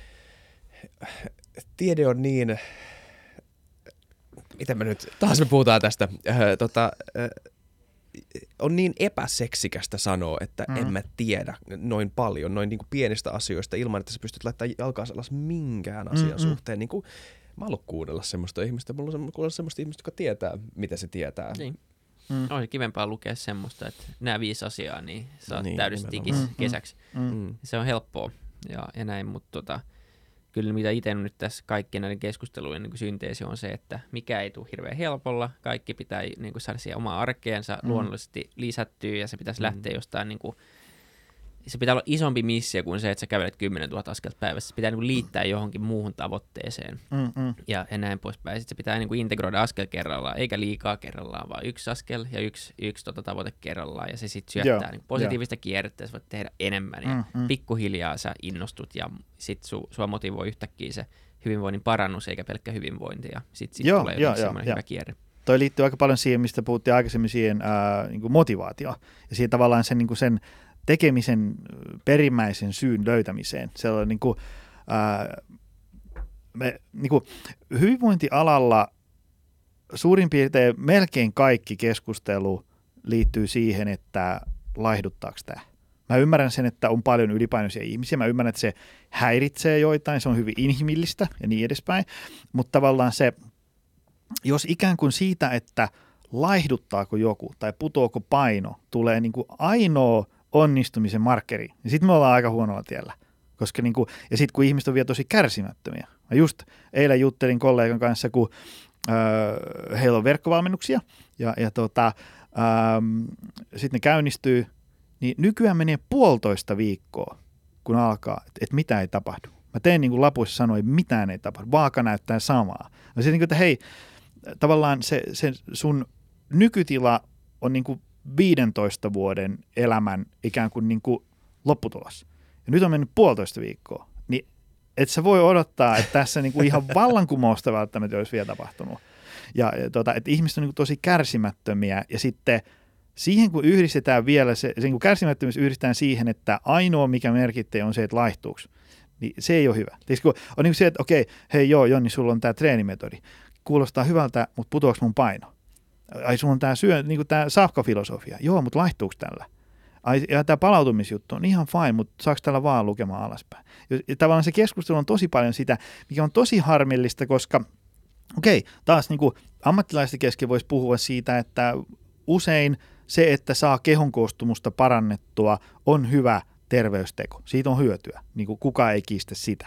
tiede on niin... Miten me nyt, taas me puhutaan tästä, äh, tota, äh, on niin epäseksikästä sanoa, että mm. en mä tiedä noin paljon, noin niin kuin pienistä asioista ilman, että sä pystyt laittamaan jalkaa alas minkään asian mm, suhteen. Niin kuin, mä haluan kuunnella semmoista ihmistä, mulla on kuunnella semmoista ihmistä, joka tietää, mitä se tietää. Niin. Mm. On kivempaa lukea semmoista, että nämä viisi asiaa, niin saat niin, täydessä digis mm, kesäksi. Mm. Se on helppoa ja, ja näin, mutta tota, kyllä mitä itse nyt tässä kaikkien näiden keskustelujen niin synteesi on se, että mikä ei tule hirveän helpolla, kaikki pitää niin kuin saada siihen omaa arkeensa mm. luonnollisesti lisättyä ja se pitäisi mm. lähteä jostain, niin kuin, se pitää olla isompi missio kuin se, että sä kävelet kymmenen tuhatta askelta päivässä, se pitää niin kuin liittää johonkin muuhun tavoitteeseen mm, mm. Ja, ja näin poispäin. Sitten se pitää niin kuin integroida askel kerrallaan, eikä liikaa kerrallaan, vaan yksi askel ja yksi, yksi tota tavoite kerrallaan ja se sitten syöttää niin positiivista kierrettä, sä voit tehdä enemmän ja mm, mm. pikkuhiljaa sä innostut ja sitten su, sua motivoi yhtäkkiä se hyvinvoinnin parannus eikä pelkkä hyvinvointi ja sitten sit tulee jo, semmoinen jo. hyvä kierre. Toi liittyy aika paljon siihen, mistä puhuttiin aikaisemmin siihen ää, niin kuin motivaatioon ja siihen tavallaan sen, niin kuin sen tekemisen perimmäisen syyn löytämiseen. Se on niin kuin, ää, me, niin kuin, hyvinvointialalla suurin piirtein melkein kaikki keskustelu liittyy siihen, että laihduttaako tämä. Mä ymmärrän sen, että on paljon ylipainoisia ihmisiä. Mä ymmärrän, että se häiritsee joitain, se on hyvin inhimillistä ja niin edespäin. Mutta tavallaan se, jos ikään kuin siitä, että laihduttaako joku tai putoako paino, tulee niin kuin ainoa onnistumisen markkeri, niin sitten me ollaan aika huonolla tiellä. Koska niin kuin, ja sitten kun ihmiset on vielä tosi kärsimättömiä. Mä just eilen juttelin kollegan kanssa, kun öö, heillä on verkkovalmennuksia ja, ja tota, ähm, sitten ne käynnistyy, niin nykyään menee puolitoista viikkoa, kun alkaa, että et mitä ei tapahdu. Mä tein niin kuin lapuissa sanoin, mitään ei tapahdu, vaaka näyttää samaa. Mä sitten niin kuin, että hei, tavallaan se, se sun nykytila on niin kuin viidentoista vuoden elämän ikään kuin, niin kuin lopputulos. Ja nyt on mennyt puolitoista viikkoa, niin et sä voi odottaa, että tässä niin kuin ihan vallankumousta välttämättä olisi vielä tapahtunut. Ja, ja tota, että ihmiset on niin kuin tosi kärsimättömiä ja sitten siihen kun yhdistetään vielä, se, se niin kuin kärsimättömyys yhdistetään siihen, että ainoa mikä merkittää on se, että laihtuuko, niin se ei ole hyvä. Teikö, on niin kuin se, että okei, hei joo Jonni, sulla on tämä treenimetodi. Kuulostaa hyvältä, mutta putoako mun paino? Ai sulla on tämä syö, niin kuin tämä safkafilosofia. Joo, mutta laihtuuko tällä? Ai, ja tämä palautumisjuttu on ihan fine, mutta saako tällä vaan lukemaan alaspäin? Ja tavallaan se keskustelu on tosi paljon sitä, mikä on tosi harmillista, koska okei, taas niin kuin ammattilaisten kesken voisi puhua siitä, että usein se, että saa kehon koostumusta parannettua, on hyvä terveysteko. Siitä on hyötyä, niin kuin kukaan ei kiistä sitä.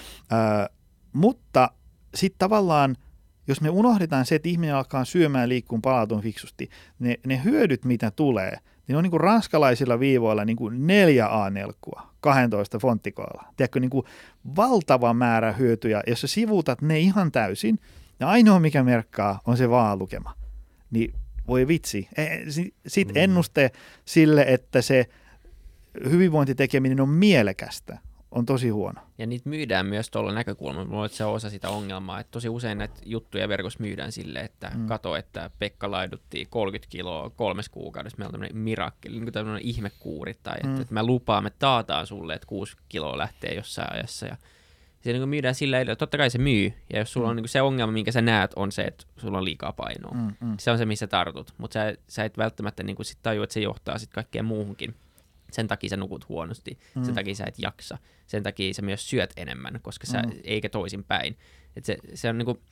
Öö, mutta sitten tavallaan, jos me unohdetaan se, että ihminen alkaa syömään, liikkuun, palautumaan fiksusti, ne, ne hyödyt, mitä tulee, niin on niin kuin ranskalaisilla viivoilla niin kuin neljä A-nelkkua, kaksitoista fonttikoilla. Tiedätkö, niin kuin valtava määrä hyötyjä, jos sä sivuutat ne ihan täysin, ja ainoa mikä merkkaa on se vaalukema, niin voi vitsi. Sitten ennuste sille, että se hyvinvointitekeminen on mielekästä, on tosi huono. Ja niitä myydään myös tuolla näkökulmalla. Mulla on, että se on osa sitä ongelmaa, että tosi usein näitä juttuja verkossa myydään silleen, että mm. kato, että Pekka laidutti kolmekymmentä kiloa kolmes kuukaudessa. Meillä on tämmöinen mirakkeli, niin kuin tämmöinen ihmekuuri, tai että, mm. että mä lupaan, me taataan sulle, että kuusi kiloa lähtee jossain ajassa. Ja se niin myydään sillä edellä. Totta kai se myy, ja jos sulla mm. on niin se ongelma, minkä sä näet, on se, että sulla on liikaa painoa. Mm, mm. Se on se, missä tartut, mutta sä, sä et välttämättä niin sit tajua, että se johtaa sit kaikkeen muuhunkin. Sen takia sä nukut huonosti, mm. sen takia sä et jaksa, sen takia sä myös syöt enemmän, koska sä, mm. eikä toisin päin. Et se, se on niinku,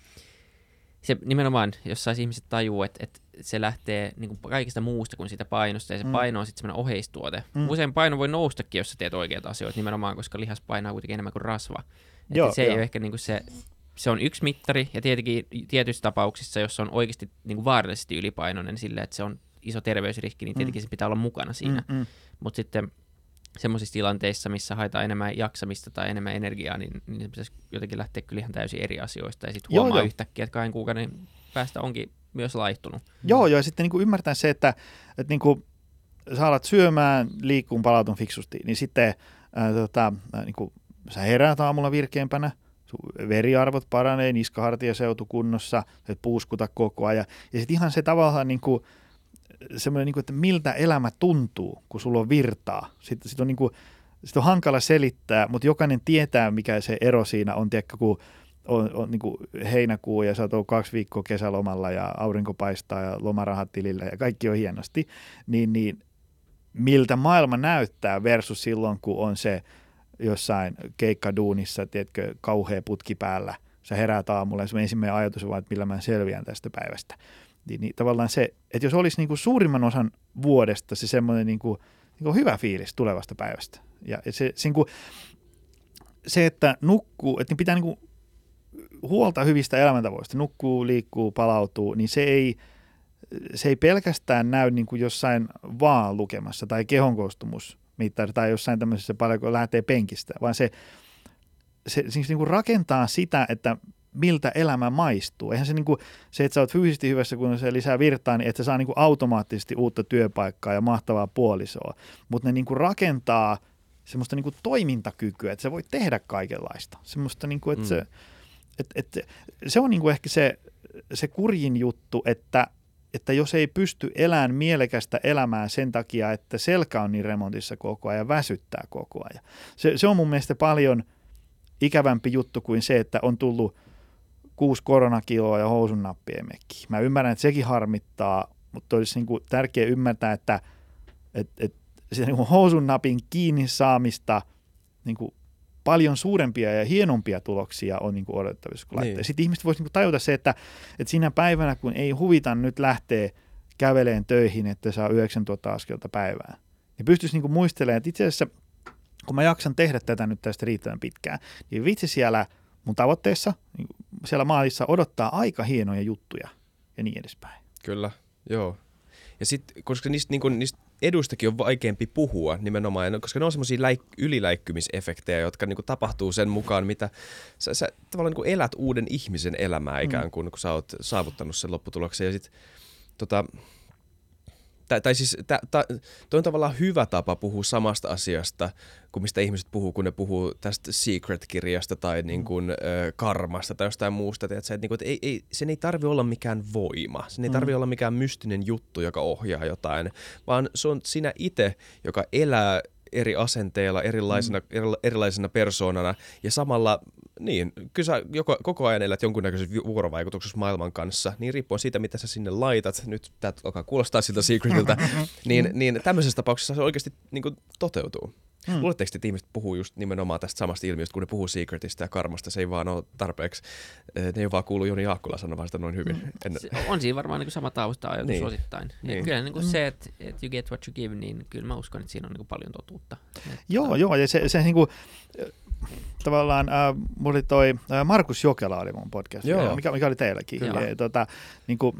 se nimenomaan, jos sais ihmiset tajuu, että et se lähtee niinku kaikista muusta kuin siitä painosta, ja se mm. paino on sitten semmoinen oheistuote. Mm. Usein paino voi noustakin, jos sä teet oikeita asioita, nimenomaan, koska lihas painaa kuitenkin enemmän kuin rasva. Joo, se ei jo. ole ehkä niinku se, se on yksi mittari, ja tietenkin tietyissä tapauksissa, jos on oikeasti niinku vaarallisesti ylipainoinen silleen, että se on iso terveysriski, niin tietenkin mm. se pitää olla mukana siinä. Mm, mm. Mutta sitten semmoisissa tilanteissa, missä haetaan enemmän jaksamista tai enemmän energiaa, niin, niin se pitäisi jotenkin lähteä kyllä ihan täysin eri asioista. Ja sitten huomaa joo, yhtäkkiä, että kahden kuukauden päästä onkin myös laihtunut. Joo, joo, ja sitten niin ymmärtää se, että, että niin kuin sä alat syömään, liikkuun, palautun fiksusti, niin sitten ää, tota, niin kuin sä heräät aamulla virkeämpänä, sun veriarvot paranee, niskahartiaseutu kunnossa, sä et puuskuta koko ajan. Ja sitten ihan se tavallaan niin kuin semmoinen, niin kuin, että miltä elämä tuntuu, kun sulla on virtaa. Sitten sit on, niin kuin, sit on hankala selittää, mutta jokainen tietää, mikä se ero siinä on, tiedätkö, kun on, on niin kuin heinäkuu ja sä oot kaksi viikkoa kesälomalla ja aurinko paistaa ja lomarahat tilillä ja kaikki on hienosti, niin, niin miltä maailma näyttää versus silloin, kun on se jossain keikkaduunissa, tiedätkö, kauhea putki päällä, sä heräät aamulla ja sun ensimmäinen ajatus on vaan, että millä mä selviän tästä päivästä. Niin, niin tavallaan se, että jos olisi niin kuin suurimman osan vuodesta se semmoinen niin kuin, niin kuin hyvä fiilis tulevasta päivästä. Ja se, se, niin kuin, se että nukkuu, että pitää niin kuin huolta hyvistä elämäntavoista, nukkuu, liikkuu, palautuu, niin se ei, se ei pelkästään näy niin kuin jossain vaan lukemassa tai kehonkoostumusmittari tai jossain tämmöisessä paljon, kun lähtee penkistä, vaan se, se siis niin kuin rakentaa sitä, että miltä elämä maistuu. Eihän se, niin kuin, se, että sä oot fyysisesti hyvässä, kun se lisää virtaa, niin että se saa niin kuin automaattisesti uutta työpaikkaa ja mahtavaa puolisoa. Mutta ne niin kuin rakentaa semmoista niin kuin toimintakykyä, että sä voit tehdä kaikenlaista. Semmoista, niin kuin, että mm. se, että, että se on niin kuin ehkä se, se kurjin juttu, että, että jos ei pysty elämään mielekästä elämää sen takia, että selkä on niin remontissa koko ajan ja väsyttää koko ajan. Se, se on mun mielestä paljon ikävämpi juttu kuin se, että on tullut kuusi koronakiloa ja housun nappi ei mekki. Mä ymmärrän, että sekin harmittaa, mutta olisi niin kuin tärkeää ymmärtää, että et, et se niin kuin housun napin kiinni saamista niin kuin paljon suurempia ja hienompia tuloksia on niin kuin odotettavissa kuin laitteet. Niin. Sitten ihmiset voisivat niin kuin tajuta se, että, että siinä päivänä, kun ei huvita nyt lähteä käveleen töihin, että saa yhdeksäntuhatta askelta päivään, niin pystyisi niin kuin muistelemaan, että itse asiassa, kun mä jaksan tehdä tätä nyt tästä riittävän pitkään, niin vitsi siellä mun tavoitteessa, niin siellä maalissa odottaa aika hienoja juttuja ja niin edespäin. Kyllä, joo. Ja sitten, koska niistä, niin kun, niistä eduistakin on vaikeampi puhua nimenomaan, koska ne on semmoisia läik- yliläikkymisefektejä, jotka niin kun, tapahtuu sen mukaan, mitä sä, sä tavallaan niin kun elät uuden ihmisen elämää ikään kuin, mm. kun sä oot saavuttanut sen lopputuloksen. Ja sit, tota, tai, tai siis tä, tä, toi on tavallaan hyvä tapa puhua samasta asiasta, kuin mistä ihmiset puhuu, kun ne puhuu tästä Secret-kirjasta tai niin kuin, mm. ö, karmasta tai jostain muusta. Tiedätkö, että, niin kuin, että ei, ei, sen ei tarvitse olla mikään voima, sen ei tarvitse mm. olla mikään mystinen juttu, joka ohjaa jotain, vaan se on sinä itse, joka elää eri asenteilla, erilaisena, mm. erilaisena persoonana ja samalla, niin, kyllä sä joko, koko ajan elät jonkunnäköisessä vuorovaikutuksessa maailman kanssa, niin riippuen siitä, mitä sä sinne laitat, nyt tämä alkaa kuulostaa siltä Secretiltä, niin, niin tämmöisessä tapauksessa se oikeasti niin kuin, toteutuu. Hmm. Luuletteko, että ihmiset puhuu just nimenomaan tästä samasta ilmiöstä, kun ne puhuu Secretistä ja karmasta, se ei vaan ole tarpeeksi, ne ei vaan kuulu Joni Jaakkula sanomaan sitä noin hyvin. Hmm. En... On siinä varmaan niin kuin sama tausta-ajatus niin. osittain. Niin. Kyllä niin kuin hmm. se, että, että you get what you give, niin kyllä mä uskon, että siinä on niin kuin paljon totuutta. Että... Joo, joo, ja se, se niin kuin, tavallaan, äh, mulla oli toi, äh, Markus Jokela oli mun podcast, mikä, mikä oli teilläkin. Ja, tota, niin kuin,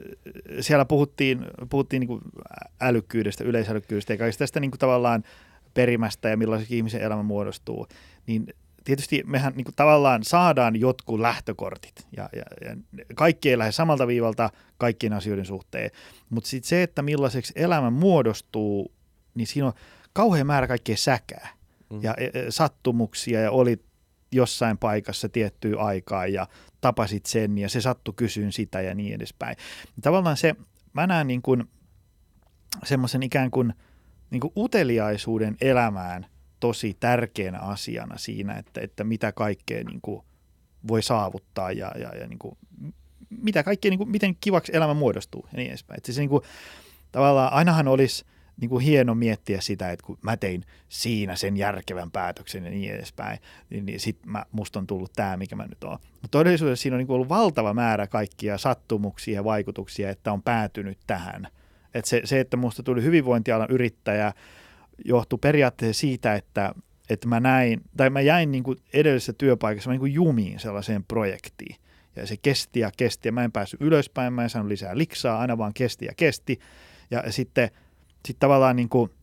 siellä puhuttiin, puhuttiin niin kuin älykkyydestä, yleisälykkyydestä ja kaikista tästä niin kuin tavallaan perimästä ja millaiseksi ihmisen elämä muodostuu, niin tietysti mehän niin kuin tavallaan saadaan jotkut lähtökortit ja, ja, ja kaikki ei lähde samalta viivalta kaikkien asioiden suhteen, mutta sitten se, että millaiseksi elämä muodostuu, niin siinä on kauhean määrä kaikkea säkää mm. ja sattumuksia ja olit jossain paikassa tiettyä aikaa ja tapasit sen ja se sattui kysyyn sitä ja niin edespäin. Tavallaan se, mä näen niin kuin semmoisen ikään kuin niin kuin uteliaisuuden elämään tosi tärkeänä asiana siinä, että, että mitä kaikkea niin kuin voi saavuttaa ja, ja, ja niin kuin, mitä kaikkea, niin kuin, miten kivaksi elämä muodostuu ja niin edespäin. Että se niin kuin, tavallaan ainahan olisi niin kuin hieno miettiä sitä, että kun mä tein siinä sen järkevän päätöksen ja niin edespäin, niin, niin sitten musta on tullut tämä, mikä mä nyt oon. Mutta todellisuudessa siinä on niin kuin ollut valtava määrä kaikkia sattumuksia ja vaikutuksia, että on päätynyt tähän. Että se, se, että musta tuli hyvinvointialan yrittäjä, johtui periaatteessa siitä, että, että mä näin, tai mä jäin niin kuin edellisessä työpaikassa niin kuin jumiin sellaiseen projektiin. Ja se kesti ja kesti, ja mä en päässyt ylöspäin, mä en saanut lisää liksaa, aina vaan kesti ja kesti. Ja sitten sit tavallaan niin kuin,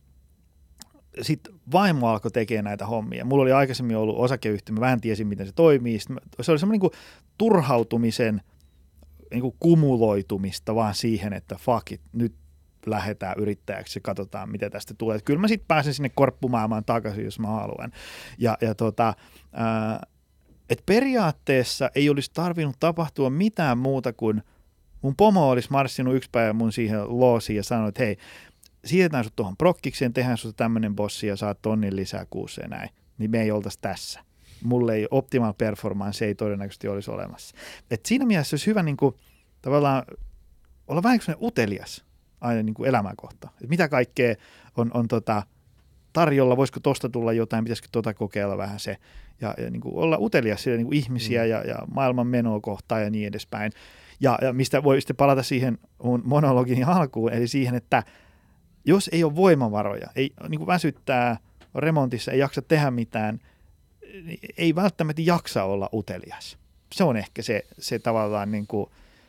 sit vaimo alkoi tekemään näitä hommia. Mulla oli aikaisemmin ollut osakeyhtiö, mä vähän tiesin, miten se toimii. Sitten se oli semmoinen niin kuin turhautumisen niin kuin kumuloitumista vaan siihen, että fuck it, nyt lähdetään yrittäjäksi ja katsotaan, mitä tästä tulee. Kyllä mä sitten pääsen sinne korppumaailmaan takaisin, jos mä haluan. Ja, ja tota, ää, et periaatteessa ei olisi tarvinnut tapahtua mitään muuta kuin mun pomo olisi marssinut yksi päivä mun siihen loosiin ja sanonut, että hei, siirretään sut tuohon prokkikseen, tehdään sut tämmöinen bossi ja saat tonnin lisää kuussa ja näin. Niin me ei oltaisi tässä. Mulle ei optimal performance ei todennäköisesti olisi olemassa. Et siinä mielessä olisi hyvä niin kuin, tavallaan olla vähän kuin utelias aina niin kuin elämän kohta. Et mitä kaikkea on, on tota tarjolla, voisiko tosta tulla jotain, pitäisikö tota kokeilla vähän se. Ja, ja niin kuin olla utelias siellä niin kuin ihmisiä mm. ja, ja maailman menoa kohtaan ja niin edespäin. Ja, ja mistä voi sitten palata siihen mun monologin alkuun, eli siihen, että jos ei ole voimavaroja, ei niin kuin väsyttää remontissa, ei jaksa tehdä mitään, ei välttämättä jaksa olla utelias. Se on ehkä se, se tavallaan niin kuin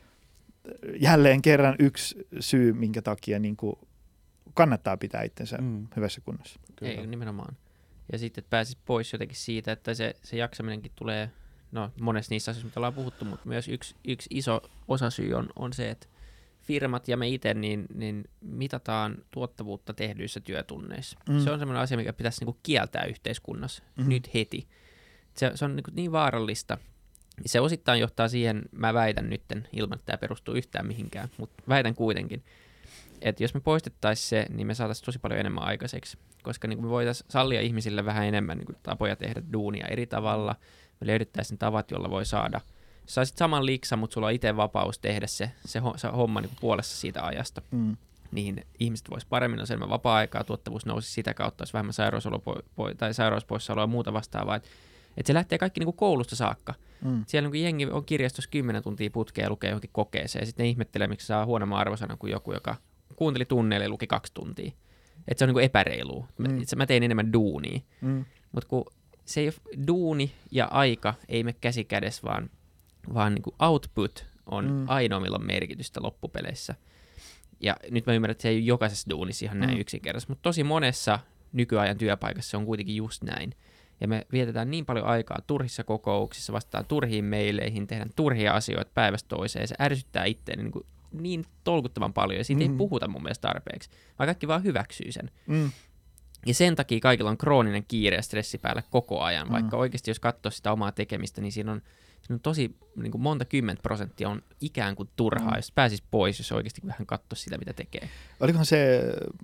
jälleen kerran yksi syy, minkä takia niin kuin kannattaa pitää itsensä mm. hyvässä kunnossa. Kyllä. Ei, nimenomaan. Ja sitten, että pääsit pois jotenkin siitä, että se, se jaksaminenkin tulee, no monessa niissä asioissa, mitä ollaan puhuttu, mutta myös yksi, yksi iso osasyy on, on se, että firmat ja me itse niin, niin mitataan tuottavuutta tehdyissä työtunneissa. Mm. Se on semmoinen asia, mikä pitäisi niin kuin kieltää yhteiskunnassa mm-hmm. nyt heti. Se, se on niin, kuin niin vaarallista. Se osittain johtaa siihen, mä väitän nytten, ilman että tämä perustuu yhtään mihinkään, mutta väitän kuitenkin, että jos me poistettaisiin se, niin me saataisiin tosi paljon enemmän aikaiseksi, koska niin kuin me voitaisiin sallia ihmisille vähän enemmän niin kuin tapoja tehdä duunia eri tavalla, me löydettäisiin tavat, jolla voi saada. Saisit saman liksan, mutta sulla on itse vapaus tehdä se, se, se homma niin kuin puolessa siitä ajasta. Mm. Niin ihmiset vois paremmin, on enemmän vapaa-aikaa, tuottavuus nousi sitä kautta, olisi vähemmän sairausolo- tai sairauspoissaoloa ja muuta vastaavaa. Että et se lähtee kaikki niin kuin koulusta saakka. Mm. Siellä niin jengi on kirjastossa kymmenen tuntia putkea ja lukee johonkin kokeeseen, ja sitten ne ihmettelee, miksi saa huonomman arvosanan kuin joku, joka kuunteli tunneille ja luki kaksi tuntia. Että se on niin kuin epäreilua. Mm. Mä, mä tein enemmän duunia. Mm. Mutta kun se ei ole, duuni ja aika ei mene käsi kädessä, vaan, vaan niin kuin output on mm. ainoa, millä on merkitystä loppupeleissä. Ja nyt mä ymmärrän, että se ei ole jokaisessa duunissa ihan näin mm. yksinkertaisesti, mutta tosi monessa nykyajan työpaikassa se on kuitenkin just näin. Ja me vietetään niin paljon aikaa turhissa kokouksissa, vastataan turhiin meileihin, tehdään turhia asioita päivästä toiseen, se ärsyttää itseäni niin, kuin niin tolkuttavan paljon, ja siitä mm. ei puhuta mun mielestä tarpeeksi, vaan kaikki vaan hyväksyy sen. Mm. Ja sen takia kaikilla on krooninen kiire ja stressi päällä koko ajan, vaikka mm. oikeasti jos katsoo sitä omaa tekemistä, niin siinä on, siinä on tosi niin kuin monta kymmentä prosenttia on ikään kuin turhaa, mm. jos pääsisi pois, jos oikeasti vähän katsoisi sitä, mitä tekee. Olikohan se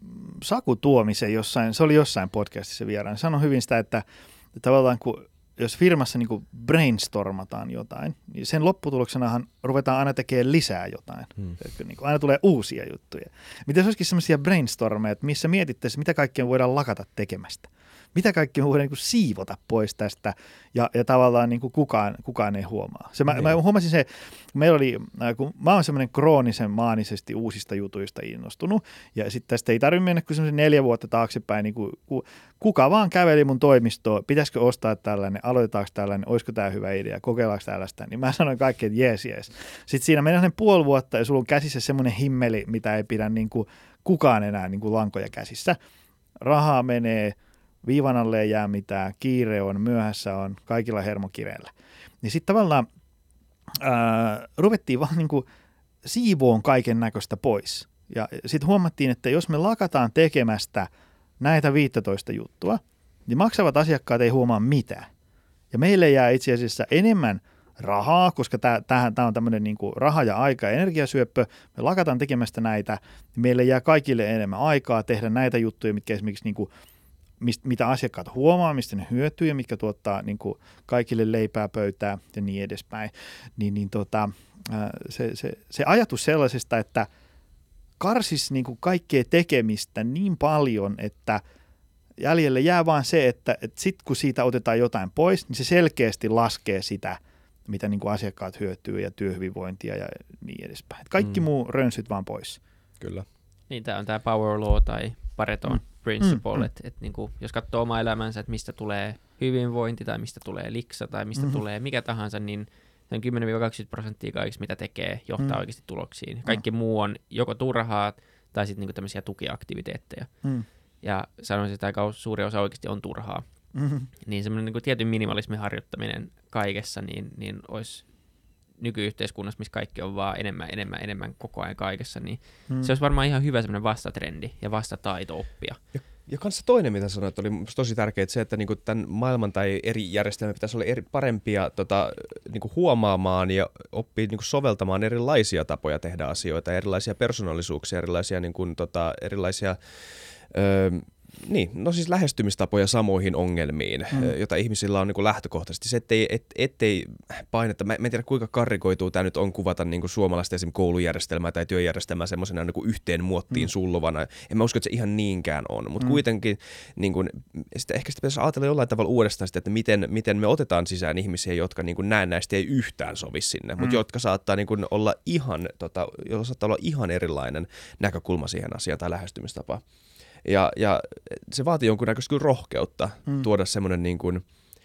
Saku Tuomisen jossain, se oli jossain podcastissa vieraan, sanoi hyvin sitä, että tavallaan kun jos firmassa niin kuin brainstormataan jotain, niin sen lopputuloksenahan ruvetaan aina tekemään lisää jotain. Hmm. Niin kuin aina tulee uusia juttuja. Miten se olisikin sellaisia brainstormeja, että missä mietittäisiin, mitä kaikkea voidaan lakata tekemästä? Mitä kaikkea voidaan niin kuin siivota pois tästä ja, ja tavallaan niin kuin kukaan, kukaan ei huomaa. Se, mä, hmm. mä huomasin se, meillä oli, kun mä oon semmoinen kroonisen maanisesti uusista jutuista innostunut, ja sitten tästä ei tarvitse mennä kuin semmoisen neljä vuotta taaksepäin, niin kuin, kuka vaan käveli mun toimistoon, pitäisikö ostaa tällainen, aloitetaanko tällainen, olisiko tämä hyvä idea, kokeillaanko tällaista, niin mä sanoin kaikki, että jees, jees. Sitten siinä mennään sen puoli vuotta ja sulla on käsissä semmoinen himmeli, mitä ei pidä niin kuin kukaan enää niin kuin lankoja käsissä. Rahaa menee, viivan alle ei jää mitään, kiire on, myöhässä on, kaikilla hermokireillä. Niin sitten tavallaan ää, ruvettiin vaan niin kuin siivoon kaiken näköistä pois. Ja sitten huomattiin, että jos me lakataan tekemästä näitä viisitoista juttua, niin maksavat asiakkaat ei huomaa mitään. Ja meille jää itse asiassa enemmän rahaa, koska tämä on tämmöinen niin kuin raha ja aika ja energiasyöppö. Me lakataan tekemästä näitä, niin meille jää kaikille enemmän aikaa tehdä näitä juttuja, mitkä esimerkiksi niin kuin, mistä, mitä asiakkaat huomaa, mistä ne hyötyy ja mitkä tuottaa niin kuin kaikille leipää pöytää ja niin edespäin. Niin, niin tota, se, se, se ajatus sellaisesta, että karsis niin kuin kaikkea tekemistä niin paljon, että jäljelle jää vaan se, että, että sitten kun siitä otetaan jotain pois, niin se selkeästi laskee sitä, mitä niin kuin asiakkaat hyötyy ja työhyvinvointia ja niin edespäin. Että kaikki mm. muu rönsyt vaan pois. Kyllä. Niin, tämä on tämä power law tai Pareton mm. principle, mm. että et, niin kuin, jos katsoo omaa elämänsä, että mistä tulee hyvinvointi tai mistä tulee liksa tai mistä mm. tulee mikä tahansa, niin kymmenen kaksikymmentä prosenttia kaikista, mitä tekee, johtaa mm. oikeasti tuloksiin. Kaikki mm. muu on joko turhaa tai sitten niinku tämmöisiä tukiaktiviteetteja. Mm. Ja sanoisin, että aika suuri osa oikeasti on turhaa. Mm-hmm. Niin semmoinen niinku tietyn minimalismin harjoittaminen kaikessa, niin, niin olisi nykyyhteiskunnassa, missä kaikki on vaan enemmän, enemmän, enemmän koko ajan kaikessa, niin mm. se olisi varmaan ihan hyvä semmoinen vastatrendi ja vastataito oppia. Ja, ja kanssa toinen, mitä sanoit, oli tosi tärkeää se, että niinku tämän maailman tai eri järjestelmien pitäisi olla eri, parempia tota, niinku huomaamaan ja oppia niinku soveltamaan erilaisia tapoja tehdä asioita, erilaisia persoonallisuuksia, erilaisia, niinku, tota, erilaisia öö, niin, no siis lähestymistapoja samoihin ongelmiin, mm. joita ihmisillä on niin kuin lähtökohtaisesti. Se, ettei, et, ettei painetta, mä, mä en tiedä kuinka karrikoituu tämä nyt on kuvata niin kuin suomalaista esimerkiksi koulujärjestelmää tai työjärjestelmää semmoisena niin kuin yhteen muottiin mm. sulluvana. En mä usko, että se ihan niinkään on, mutta mm. kuitenkin niin kuin, sitä, ehkä sitä pitäisi ajatella jollain tavalla uudestaan sitä, että miten, miten me otetaan sisään ihmisiä, jotka niin kuin näennäisesti ei yhtään sovi sinne, mm. mutta jotka saattaa niin kuin olla ihan, tota, joilla saattaa olla ihan erilainen näkökulma siihen asiaan tai lähestymistapa. Ja, ja se vaatii jonkunnäköistä rohkeutta mm. tuoda semmoinen niin kuin,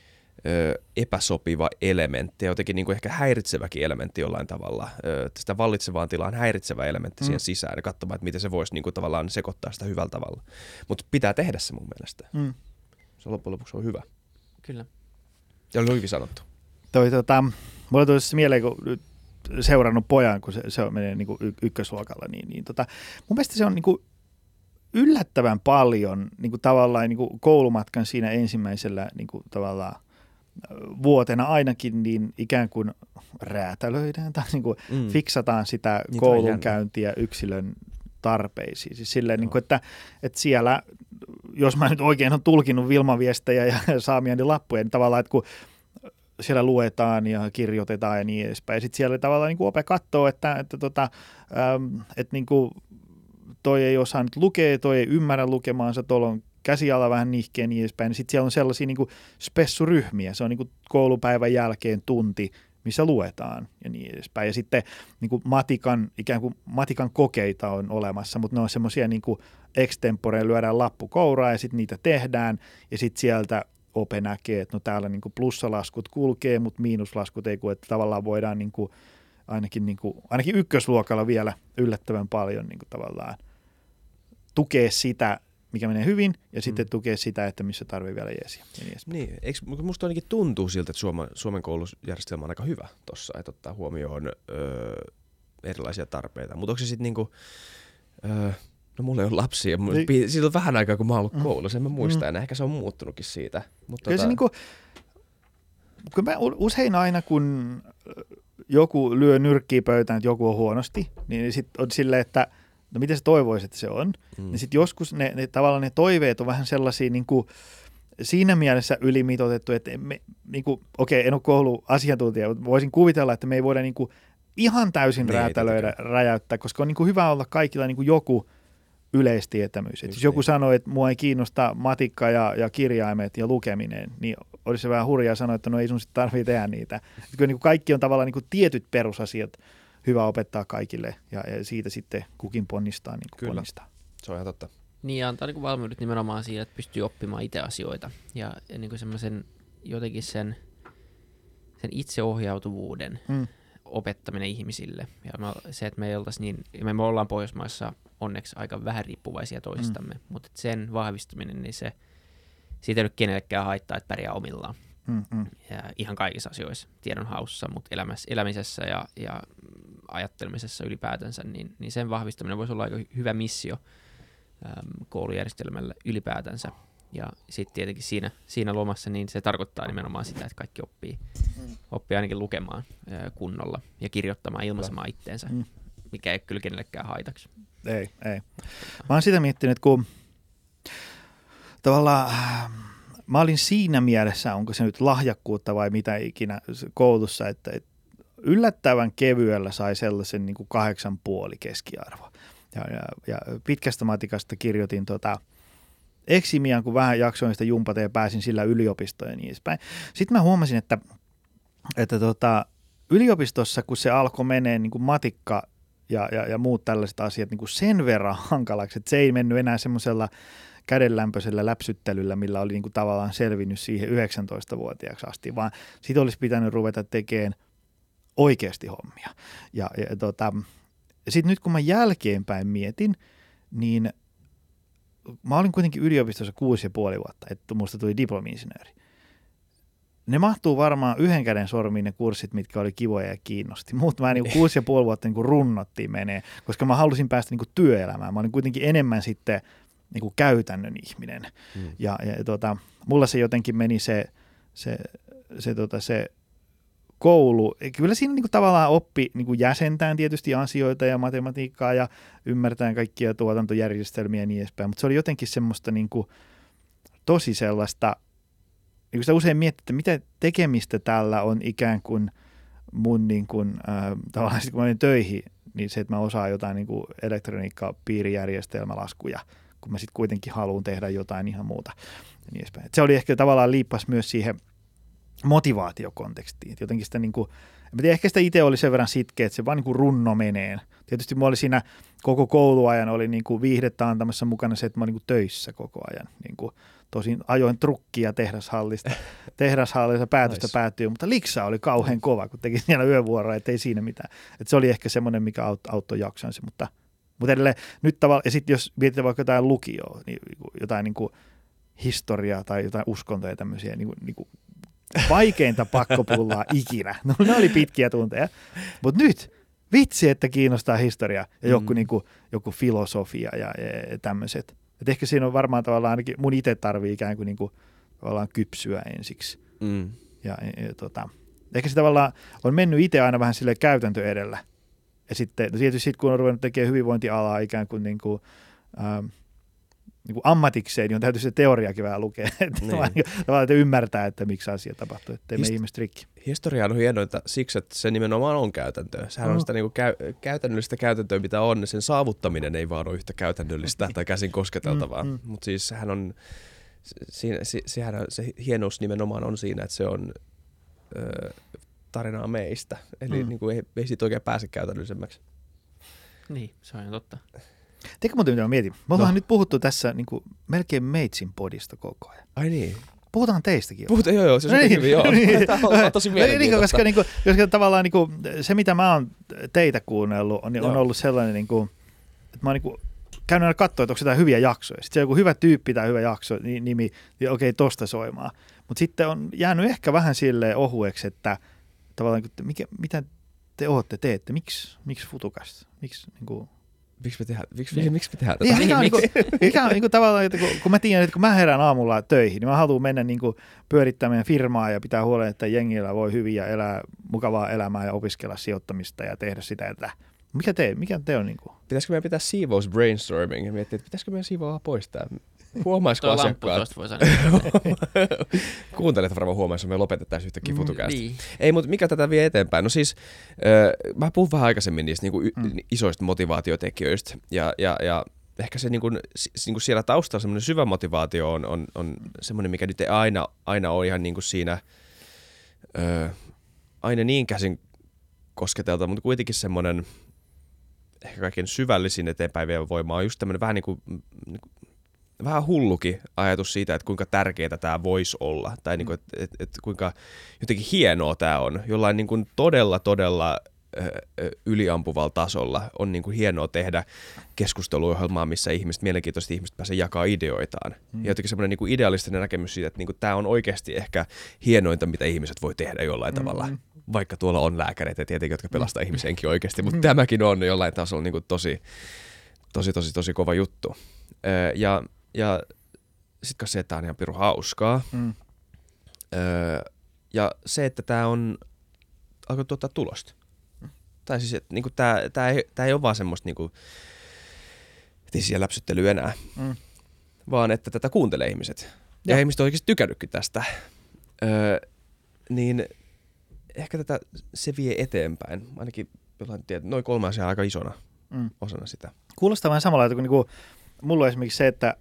ö, epäsopiva elementti ja jotenkin niin kuin ehkä häiritseväkin elementti jollain tavalla. Ö, sitä vallitsevaan tilaan häiritsevä elementti mm. siihen sisään ja katsomaan, että miten se voisi niin kuin tavallaan sekoittaa sitä hyvällä tavalla. Mutta pitää tehdä se mun mielestä. Mm. Se loppujen lopuksi on hyvä. Kyllä. Ja oli hyvin sanottu. Toi, tota, mulla tuli se mieleen, kun seurannut pojan, kun se, se menee niin kuin y- ykkösluokalla, niin, niin tota, mun mielestä se on niin kuin yllättävän paljon niin kuin tavallaan niin kuin koulumatkan siinä ensimmäisellä niin kuin tavallaan vuotena ainakin niin ikään kuin räätälöidään tai niin kuin mm. fiksataan sitä niin koulunkäyntiä yksilön tarpeisiin. Siis silleen, niin kuin, että, että siellä, jos mä nyt oikein olen tulkinut Vilman viestejä ja saamiani lappuja, niin tavallaan, että kun siellä luetaan ja kirjoitetaan ja niin edespäin. Ja sitten siellä tavallaan niin kuin ope katsoo, että, että, tota, ähm, että niin kuin toi ei osaa nyt lukea, toi ei ymmärrä lukemaansa, tuolla on käsiala vähän nihkeä ja niin edespäin. Sitten siellä on sellaisia niin kuin spessuryhmiä, se on niin kuin koulupäivän jälkeen tunti, missä luetaan ja niin edespäin. Ja sitten niin kuin matikan, ikään kuin matikan kokeita on olemassa, mutta ne on semmoisia niin kuin extemporeen lyödään lappu kouraa ja sitten niitä tehdään ja sitten sieltä ope näkee, että no täällä niin kuin plussalaskut kulkee, mutta miinuslaskut ei, kun että tavallaan voidaan niin kuin ainakin, niin kuin, ainakin ykkösluokalla vielä yllättävän paljon niin kuin tavallaan tukea sitä, mikä menee hyvin, ja sitten mm. tukea sitä, että missä tarvii vielä jeesiä. Niin, eikö, musta ainakin tuntuu siltä, että Suomen, Suomen koulujärjestelmä on aika hyvä tuossa, että ottaa huomioon öö, erilaisia tarpeita. Mutta onko se sitten niinku, öö, no mulla ei ole lapsia, niin. Siitä on vähän aikaa, kun mä oon ollut koulussa, en mä muista mm. enää, ehkä se on muuttunutkin siitä. Mutta kyllä tota... se niinku, kun mä usein aina, kun joku lyö nyrkkiä pöytään, että joku on huonosti, niin sitten on silleen, että no miten sä toivoisit, että se on. Mm. Niin sitten joskus ne, ne, tavallaan ne toiveet on vähän sellaisia niin kuin siinä mielessä ylimitoitettu, että me, niin kuin, okei, en ole kouluasiantuntija, mutta voisin kuvitella, että me ei voida niin kuin ihan täysin niin, räätälöidä, räjäyttää, koska on niin kuin hyvä olla kaikilla niin kuin joku yleistietämyys. Jos joku niin. sanoo, että mua ei kiinnosta matikka ja, ja kirjaimet ja lukeminen, niin olisi se vähän hurjaa sanoa, että no ei sun sitten tarvitse tehdä niitä. Että kyllä niin kuin kaikki on tavallaan niin kuin tietyt perusasiat hyvä opettaa kaikille ja, ja siitä sitten kukin ponnistaa niin kuin kyllä. ponnistaa. Se on ihan totta. Niin ja antaa niin kuin valmiudet nimenomaan siihen, että pystyy oppimaan itse asioita ja, ja niin kuin semmoisen jotenkin sen, sen itseohjautuvuuden mm. opettaminen ihmisille. Ja me, se, että me ei oltaisi niin, me, me ollaan Pohjoismaissa onneksi aika vähän riippuvaisia toisistamme, mm. mutta sen vahvistuminen, niin se, siitä ei ole kenellekään haittaa, että pärjää omillaan. Mm-hmm. Ja ihan kaikissa asioissa, tiedonhaussa, mutta elämässä, elämisessä ja, ja ajattelemisessa ylipäätänsä, niin, niin sen vahvistaminen voisi olla aika hyvä missio äm, koulujärjestelmälle ylipäätänsä. Ja sitten tietenkin siinä, siinä lomassa niin se tarkoittaa nimenomaan sitä, että kaikki oppii, mm. oppii ainakin lukemaan ää, kunnolla ja kirjoittamaan, ilmaisemaan itteensä, mm. mikä ei kyllä kenellekään haitaksi. Ei, ei. Mä oon sitä miettinyt, kun tavallaan mä olin siinä mielessä, onko se nyt lahjakkuutta vai mitä ikinä koulussa, että yllättävän kevyellä sai sellaisen niin kuin kahdeksan puoli keskiarvo. Ja, ja, ja pitkästä matikasta kirjoitin tota eksimiaan, kun vähän jaksoin sitä jumpata ja pääsin sillä yliopistoon ja niin edespäin. Sitten mä huomasin, että, että tota, yliopistossa, kun se alkoi menee niin kuin matikka ja, ja, ja muut tällaiset asiat niin kuin sen verran hankalaksi, että se ei mennyt enää semmoisella kädenlämpöisellä läpsyttelyllä, millä oli niin kuin tavallaan selvinnyt siihen yhdeksäntoistavuotiaaksi asti, vaan siitä olisi pitänyt ruveta tekemään oikeasti hommia. Ja, ja tota, sitten nyt kun mä jälkeenpäin mietin, niin mä olin kuitenkin yliopistossa kuusi ja puoli vuotta, että musta tuli diplomi-insinööri. Ne mahtuu varmaan yhden käden sormiin ne kurssit, mitkä oli kivoja ja kiinnosti. Muut mä niin kuusi ja puoli vuotta niin runnottiin menee, koska mä halusin päästä niin kuin työelämään. Mä olin kuitenkin enemmän sitten niin kuin käytännön ihminen. Mm. Ja, ja tota, mulla se jotenkin meni se, se, se, tota, se koulu. Kyllä siinä niin kuin tavallaan oppi niin kuin jäsentään tietysti asioita ja matematiikkaa ja ymmärtään kaikkia tuotantojärjestelmiä ja niin edespäin. Mutta se oli jotenkin semmoista niin kuin, tosi sellaista, niin kuin sitä usein miettii, että mitä tekemistä tällä on ikään kuin mun niin kuin, äh, tavallaan sit kun mä menin töihin, niin se, että mä osaan jotain niin kuin elektroniikkaa, piirijärjestelmälaskuja, kun mä sitten kuitenkin haluan tehdä jotain ihan muuta. Ja niin edespäin. Et se oli ehkä tavallaan liippas myös siihen motivaatiokontekstiin. Et jotenkin sitä niin kuin, en tiedä, ehkä sitä itse oli sen verran sitkeä, että se vaan niin kuin runno meneen. Tietysti mä olin siinä koko kouluajan, oli niin kuin viihdettä antamassa mukana se, että mä olin niin kuin töissä koko ajan. Niin kuin, tosin ajoin trukkia tehdashallista, tehdashallista päätöstä nice. Päättyy, mutta liksa oli kauhean kova, kun teki siellä yövuoroa, ettei siinä mitään. Et se oli ehkä semmoinen, mikä auttoi jaksansa, mutta, mutta edelleen nyt tavallaan, ja sitten jos mietitään vaikka jotain lukioa, niin jotain niin kuin historiaa tai jotain uskontoja ja tämmöisiä, niin kuin, niin kuin vaikeinta pakkopullaa ikinä. No, ne oli pitkiä tunteja, mutta nyt vitsi, että kiinnostaa historia ja joku, mm. niin kuin, joku filosofia ja, ja tämmöiset. Et ehkä siinä on varmaan tavallaan ainakin mun itse tarvii ikään kuin, niin kuin tavallaan kypsyä ensiksi. Mm. Ja, ja, ja tota, ehkä se tavallaan on mennyt itse aina vähän silleen käytäntö edellä. Ja sitten no tietysti sit, kun on ruvennut tekemään hyvinvointialaa ikään kuin, niin kuin ähm, niin kuin ammatikseen, niin on täytyy se teoriakin vähän lukea, että niin. vaan, tavallaan, että ymmärtää, että miksi asia tapahtuu, ettei Hist- me ihmiset rikki. Historia on hienointa siksi, että se nimenomaan on käytäntöä. Sehän mm. on sitä niin kuin käy- käytännöllistä käytäntöä, mitä on, niin sen saavuttaminen ei vaan ole yhtä käytännöllistä tai käsin kosketeltavaa, mm, mm. mutta siis sehän on, siinä, se, sehän on, se hienous nimenomaan on siinä, että se on ö, tarinaa meistä, eli mm. niin kuin ei, ei siitä oikein pääse käytännöllisemmäksi. Niin, se on ihan totta. Tiedätkö muuten, mitä mä mietin? Me ollaan no. nyt puhuttu tässä niin kuin melkein meitsin podista koko ajan. Ai niin. Puhutaan teistäkin. Puhutaan, joo, joo, se on niin, hyvin, joo. Tämä on tosi mielenkiintoista. Koska, niin kuin, koska tavallaan niin kuin, se, mitä mä oon teitä kuunnellut, on, on ollut sellainen, niin kuin, että mä oon niin kuin, käynyt aina katsoa, että onko jotain hyviä jaksoja. Sitten se on joku hyvä tyyppi tai hyvä jakso, nimi, niin okei, tosta soimaan. Mutta sitten on jäänyt ehkä vähän silleen ohueksi, että tavallaan, mikä, mitä te ootte, teette, miksi, miksi futukasta, miksi niin kuin, Miksi me tehdään, miksi, niin. miksi me tehdään tätä? Mikä on, niin kuin, mikä on niin kuin, tavallaan, että kun, kun mä tiedän, että kun mä herään aamulla töihin, niin mä haluan mennä niin kuin, pyörittämään firmaa ja pitää huolen, että jengillä voi hyvin ja elää mukavaa elämää ja opiskella sijoittamista ja tehdä sitä. Että mikä te, mikä te on? Niin kuin? Pitäisikö meidän pitää siivous brainstorming ja miettiä, että pitäisikö meidän siivoa pois tämä? Huomaisiko asiakkaat? Kuuntelijat varmaan huomaisivat, että me lopetettaisiin yhtäkkiä futukästä. Niin. Ei, mutta mikä tätä vie eteenpäin? No siis, äh, mä puhun vähän aikaisemmin niistä niinku, mm. isoista motivaatiotekijöistä. Ja, ja, ja ehkä se niinku, s, niinku siellä taustalla semmoinen syvä motivaatio on, on, on semmoinen, mikä nyt ei aina, aina ole ihan niinku siinä äh, aina niin käsin kosketelta, mutta kuitenkin semmoinen ehkä kaikkein syvällisin eteenpäin vievä voima on just tämmöinen vähän niin kuin, niin kuin vähän hullukin ajatus siitä, että kuinka tärkeää tämä voisi olla, tai niin kuin, että, että, että kuinka jotenkin hienoa tämä on. Jollain niin kuin todella, todella yliampuvalla tasolla on niin kuin hienoa tehdä keskusteluohjelmaa, missä ihmiset, mielenkiintoiset ihmiset pääsee jakaa ideoitaan. Mm. Ja jotenkin semmoinen niin kuin idealistinen näkemys siitä, että niin kuin tämä on oikeasti ehkä hienointa, mitä ihmiset voi tehdä jollain mm. tavalla. Vaikka tuolla on lääkäreitä tietenkin, jotka pelastaa mm. ihmisenkin oikeasti, mutta mm. tämäkin on jollain tasolla niin kuin tosi, tosi, tosi, tosi kova juttu. Ja Ja sitten se, että tämä on ihan pirun hauskaa. Mm. Öö, ja se, että tämä on alkanut tuottaa tulosta. Mm. Tai siis, että niinku, tämä ei, ei ole vaan semmoista, niinku, että ei siellä läpsyttelyä enää, mm. vaan että tätä kuuntelee ihmiset. Ja, ja ihmiset on oikeasti tykännytkin tästä. Öö, niin ehkä tätä se vie eteenpäin. Ainakin noin kolme asiaa aika isona mm. osana sitä. Kuulostaa vähän samalla, että kun niinku, mulla on esimerkiksi se, että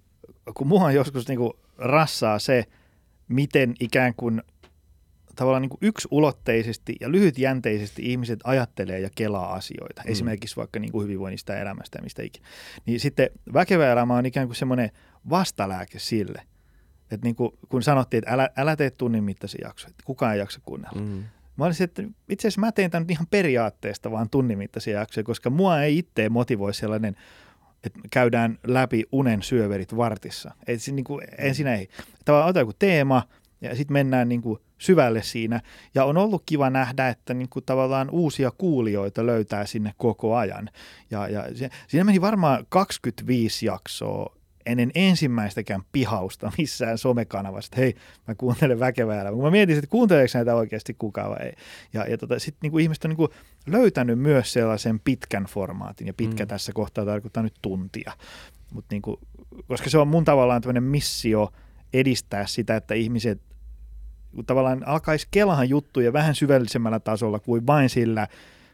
kun mua on joskus niinku rassaa se, miten ikään kuin tavallaan niinku yksiulotteisesti ja lyhytjänteisesti ihmiset ajattelee ja kelaa asioita. Mm. Esimerkiksi vaikka niinku hyvinvoinnista ja elämästä ja mistä ikinä. Niin sitten väkevä elämä on ikään kuin semmoinen vastalääke sille. Että niinku, kun sanottiin, että älä, älä tee tunnin mittaisia jaksoja, että kukaan ei jaksa kuunnella. Mm. Mä olisin, että itse asiassa mä teen tämän ihan periaatteesta vaan tunnin mittaisia jaksoja, koska mua ei itse motivoi sellainen, että käydään läpi unen syöverit vartissa. Et se, niin kuin, ensin ei. Tavallaan otetaan joku teema ja sitten mennään niin kuin syvälle siinä. Ja on ollut kiva nähdä, että niin kuin tavallaan uusia kuulijoita löytää sinne koko ajan. Ja, ja se, siinä meni varmaan kaksikymmentäviisi jaksoa ennen ensimmäistäkään pihausta missään somekanavassa, hei, mä kuuntelen väkevää elämää. Kun mä mietin, että kuunteleeko näitä oikeasti kukaan vai ei. Ja, ja tota, sitten niinku ihmiset on niinku löytänyt myös sellaisen pitkän formaatin, ja pitkä mm. tässä kohtaa tarkoittaa nyt tuntia. Mut niinku, koska se on mun tavallaan tämmöinen missio edistää sitä, että ihmiset tavallaan alkaisi kelahan juttuja vähän syvällisemmällä tasolla kuin vain sillä,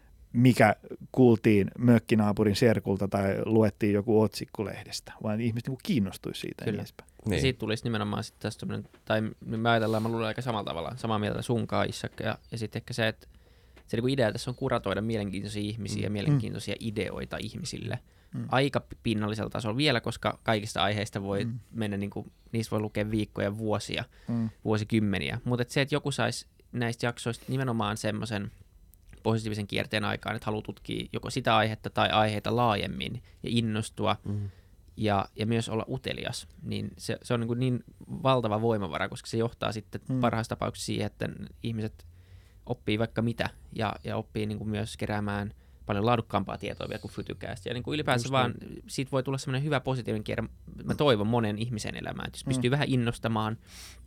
mikä kuultiin mökkinaapurin serkulta tai luettiin joku otsikkolehdestä, vaan ihmiset niin kiinnostuisi siitä. Kyllä. Niin. Siitä tulisi nimenomaan sitten tästä, tai me ajatellaan, mä luulen aika samalla tavalla, samaa mieltä sunkaan, Issakka, ja, ja sitten ehkä se, että se niin idea tässä on kuratoida mielenkiintoisia ihmisiä mm. ja mielenkiintoisia mm. ideoita ihmisille. Mm. Aika pinnallisella tasolla vielä, koska kaikista aiheista voi mm. mennä, niin kuin, niistä voi lukea viikkoja, vuosia, mm. vuosikymmeniä. Mutta et se, että joku saisi näistä jaksoista nimenomaan semmoisen positiivisen kierteen aikaan, että haluaa tutkia joko sitä aihetta tai aiheita laajemmin ja innostua mm. ja, ja myös olla utelias, niin se, se on niin, kuin niin valtava voimavara, koska se johtaa sitten mm. parhaassa tapauksessa siihen, että ihmiset oppii vaikka mitä ja, ja oppii niin kuin myös keräämään paljon laadukkaampaa tietoa vielä kuin Fytycast. Ja niin kuin ylipäänsä Just vaan niin. Siitä voi tulla semmoinen hyvä positiivinen kierre, mä toivon monen ihmisen elämään, että jos mm. pystyy vähän innostamaan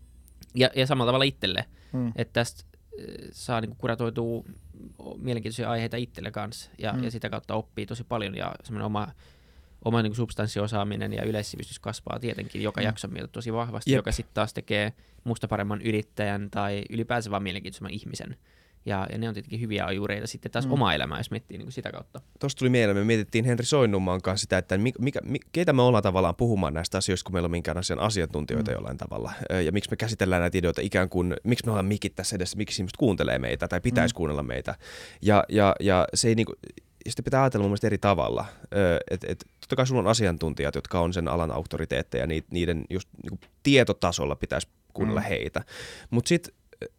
ja, ja samalla tavalla itselle, mm. että tästä saa niin kuin kuratoitua mielenkiintoisia aiheita itselle kanssa ja, mm. ja sitä kautta oppii tosi paljon ja semmoinen oma, oma niin kuin substanssiosaaminen ja yleissivistys kasvaa tietenkin joka Mm. jakson mieltä tosi vahvasti, Jep. joka sitten taas tekee musta paremman yrittäjän tai ylipäänsä vaan mielenkiintoisemman ihmisen. Ja, ja ne on tietenkin hyviä ajureita sitten taas Mm. mm. omaa elämää, jos miettii niin kuin sitä kautta. Tuosta tuli mieleen, me mietittiin Henri Soinnunmaan kanssa sitä, että mikä, mikä, keitä me ollaan tavallaan puhumaan näistä asioista, kun meillä on minkään asian asiantuntijoita Mm. jollain tavalla. Ja miksi me käsitellään näitä ideoita ikään kuin, miksi me ollaan mikit tässä edessä, miksi ihmiset kuuntelee meitä tai pitäisi Mm. kuunnella meitä. Ja, ja, ja se ei niinku, sitä pitää ajatella mun mielestä eri tavalla. Että et, totta kai sulla on asiantuntijat, jotka on sen alan auktoriteetteja, ni, niiden just niinku tietotasolla pitäisi kuunnella Mm. heitä. Mutta sitten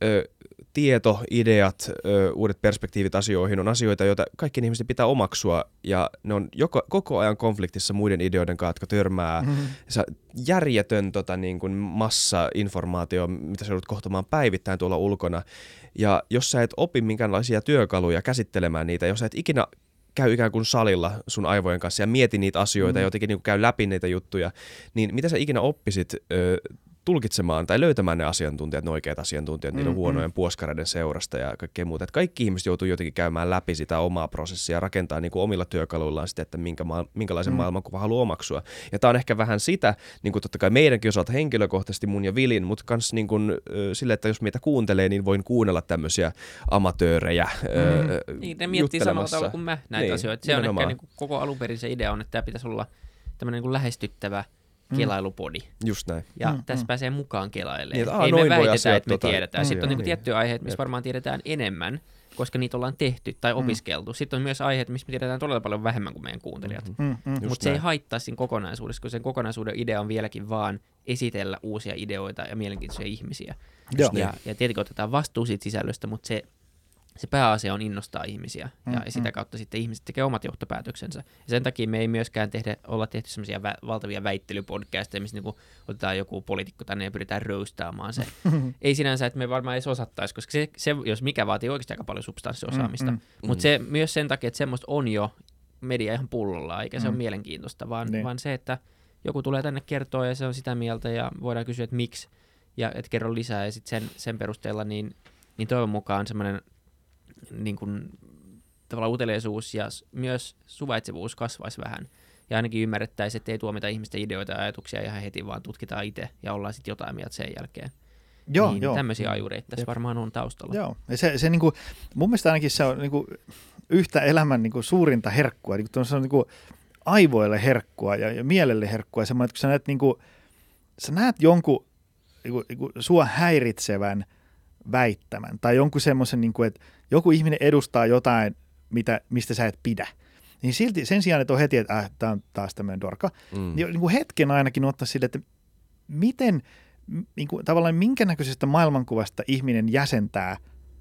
tieto, ideat, ö, uudet perspektiivit asioihin on asioita, joita kaikkien ihmisten pitää omaksua, ja ne on joko, koko ajan konfliktissa muiden ideoiden kanssa, jotka törmää. Mm-hmm. Sä, järjetön tota, niin kuin massa-informaatio, mitä sä joudut kohtamaan päivittäin tuolla ulkona, ja jos sä et opi minkäänlaisia työkaluja käsittelemään niitä, jos sä et ikinä käy ikään kuin salilla sun aivojen kanssa ja mieti niitä asioita Mm. ja jotenkin niin kuin käy läpi niitä juttuja, niin mitä sä ikinä oppisit ö, tulkitsemaan tai löytämään ne asiantuntijat, ne oikeat asiantuntijat, niiden Mm, huonojen mm. puoskareiden seurasta ja kaikkea muuta. Että kaikki ihmiset joutuu jotenkin käymään läpi sitä omaa prosessia ja rakentaa niin kuin omilla työkaluillaan sitä, että minkä ma- minkälaisen Mm. maailmankuva haluaa omaksua. Ja tämä on ehkä vähän sitä, niin kuin totta kai meidänkin osalta henkilökohtaisesti mun ja Vilin, mutta myös niin kuin, sille, että jos meitä kuuntelee, niin voin kuunnella tämmöisiä amatöörejä Mm. mm. Niin, ne miettii samalla tavalla kuin mä näitä Niin, asioita. Se on nimenomaan. ehkä niin kuin koko alun perin se idea on, että tämä pitäisi olla tämmöinen niin kuin lähestyttävä kelailupodi. Just näin. Ja Mm, tässä mm. pääsee mukaan kelailemaan. Niin, että, aa, Ei noin me voi väitetä, asiat että me tota- tiedetään. Mm, Sitten on joo. niinku tiettyjä aiheita, missä Jep. varmaan tiedetään enemmän, koska niitä ollaan tehty tai opiskeltu. Sitten on myös aiheet, missä me tiedetään todella paljon vähemmän kuin meidän kuuntelijat. Mhm. Mm, mm. Just Mutta se ei näin. haittaa siinä kokonaisuudessa, kun sen kokonaisuuden idea on vieläkin vaan esitellä uusia ideoita ja mielenkiintoisia ihmisiä. Joo. niin. Ja, ja tietenkin otetaan vastuu siitä sisällöstä, mutta se, se pääasia on innostaa ihmisiä. Mm, Ja sitä mm. kautta sitten ihmiset tekee omat johtopäätöksensä. Ja sen takia me ei myöskään tehdä, olla tehty semmoisia vä- valtavia väittelypodcasteja, missä niinku otetaan joku poliitikko tänne ja pyritään roastaamaan se. Ei sinänsä, että me varmaan edes osattaisi, koska se, se, jos mikä vaatii oikeasti aika paljon substanssiosaamista. Mm, mm. Mutta se myös sen takia, että semmoista on jo media ihan pullolla, eikä se Mm. ole mielenkiintoista, vaan, Niin. vaan se, että joku tulee tänne kertoa ja se on sitä mieltä ja voidaan kysyä, että miksi ja että kerro lisää ja sitten sen, sen perusteella niin, niin toivon mukaan semmoinen niin kuin, tavallaan uteliaisuus ja s- myös suvaitsevuus kasvaisi vähän. Ja ainakin ymmärrettäisiin, että ei tuomita ihmisten ideoita ja ajatuksia ihan heti, vaan tutkitaan itse ja ollaan sitten jotain mieltä sen jälkeen. Joo, niin joo. tämmöisiä ajureita tässä varmaan on taustalla. Joo, ja se, se niinku, mun mielestä ainakin se on niinku yhtä elämän niinku suurinta herkkua, niinku, se on niinku aivoille herkkua ja, ja mielelle herkkua, semmoinen, että kun sä näet, niinku, sä näet jonkun niinku, niinku, sua häiritsevän väittämän tai jonkun semmoisen, niinku, että joku ihminen edustaa jotain, mitä, mistä sä et pidä, niin silti sen sijaan, että on heti, että äh, tämä on taas tämmöinen dorka, Mm. niin niinku hetken ainakin ottaa sille, että miten, niin kuin, tavallaan minkä näköisestä maailmankuvasta ihminen jäsentää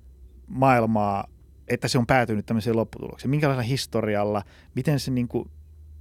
maailmaa, että se on päätynyt tämmöiseen lopputulokseen. Minkälaisella historialla, miten se niin kuin,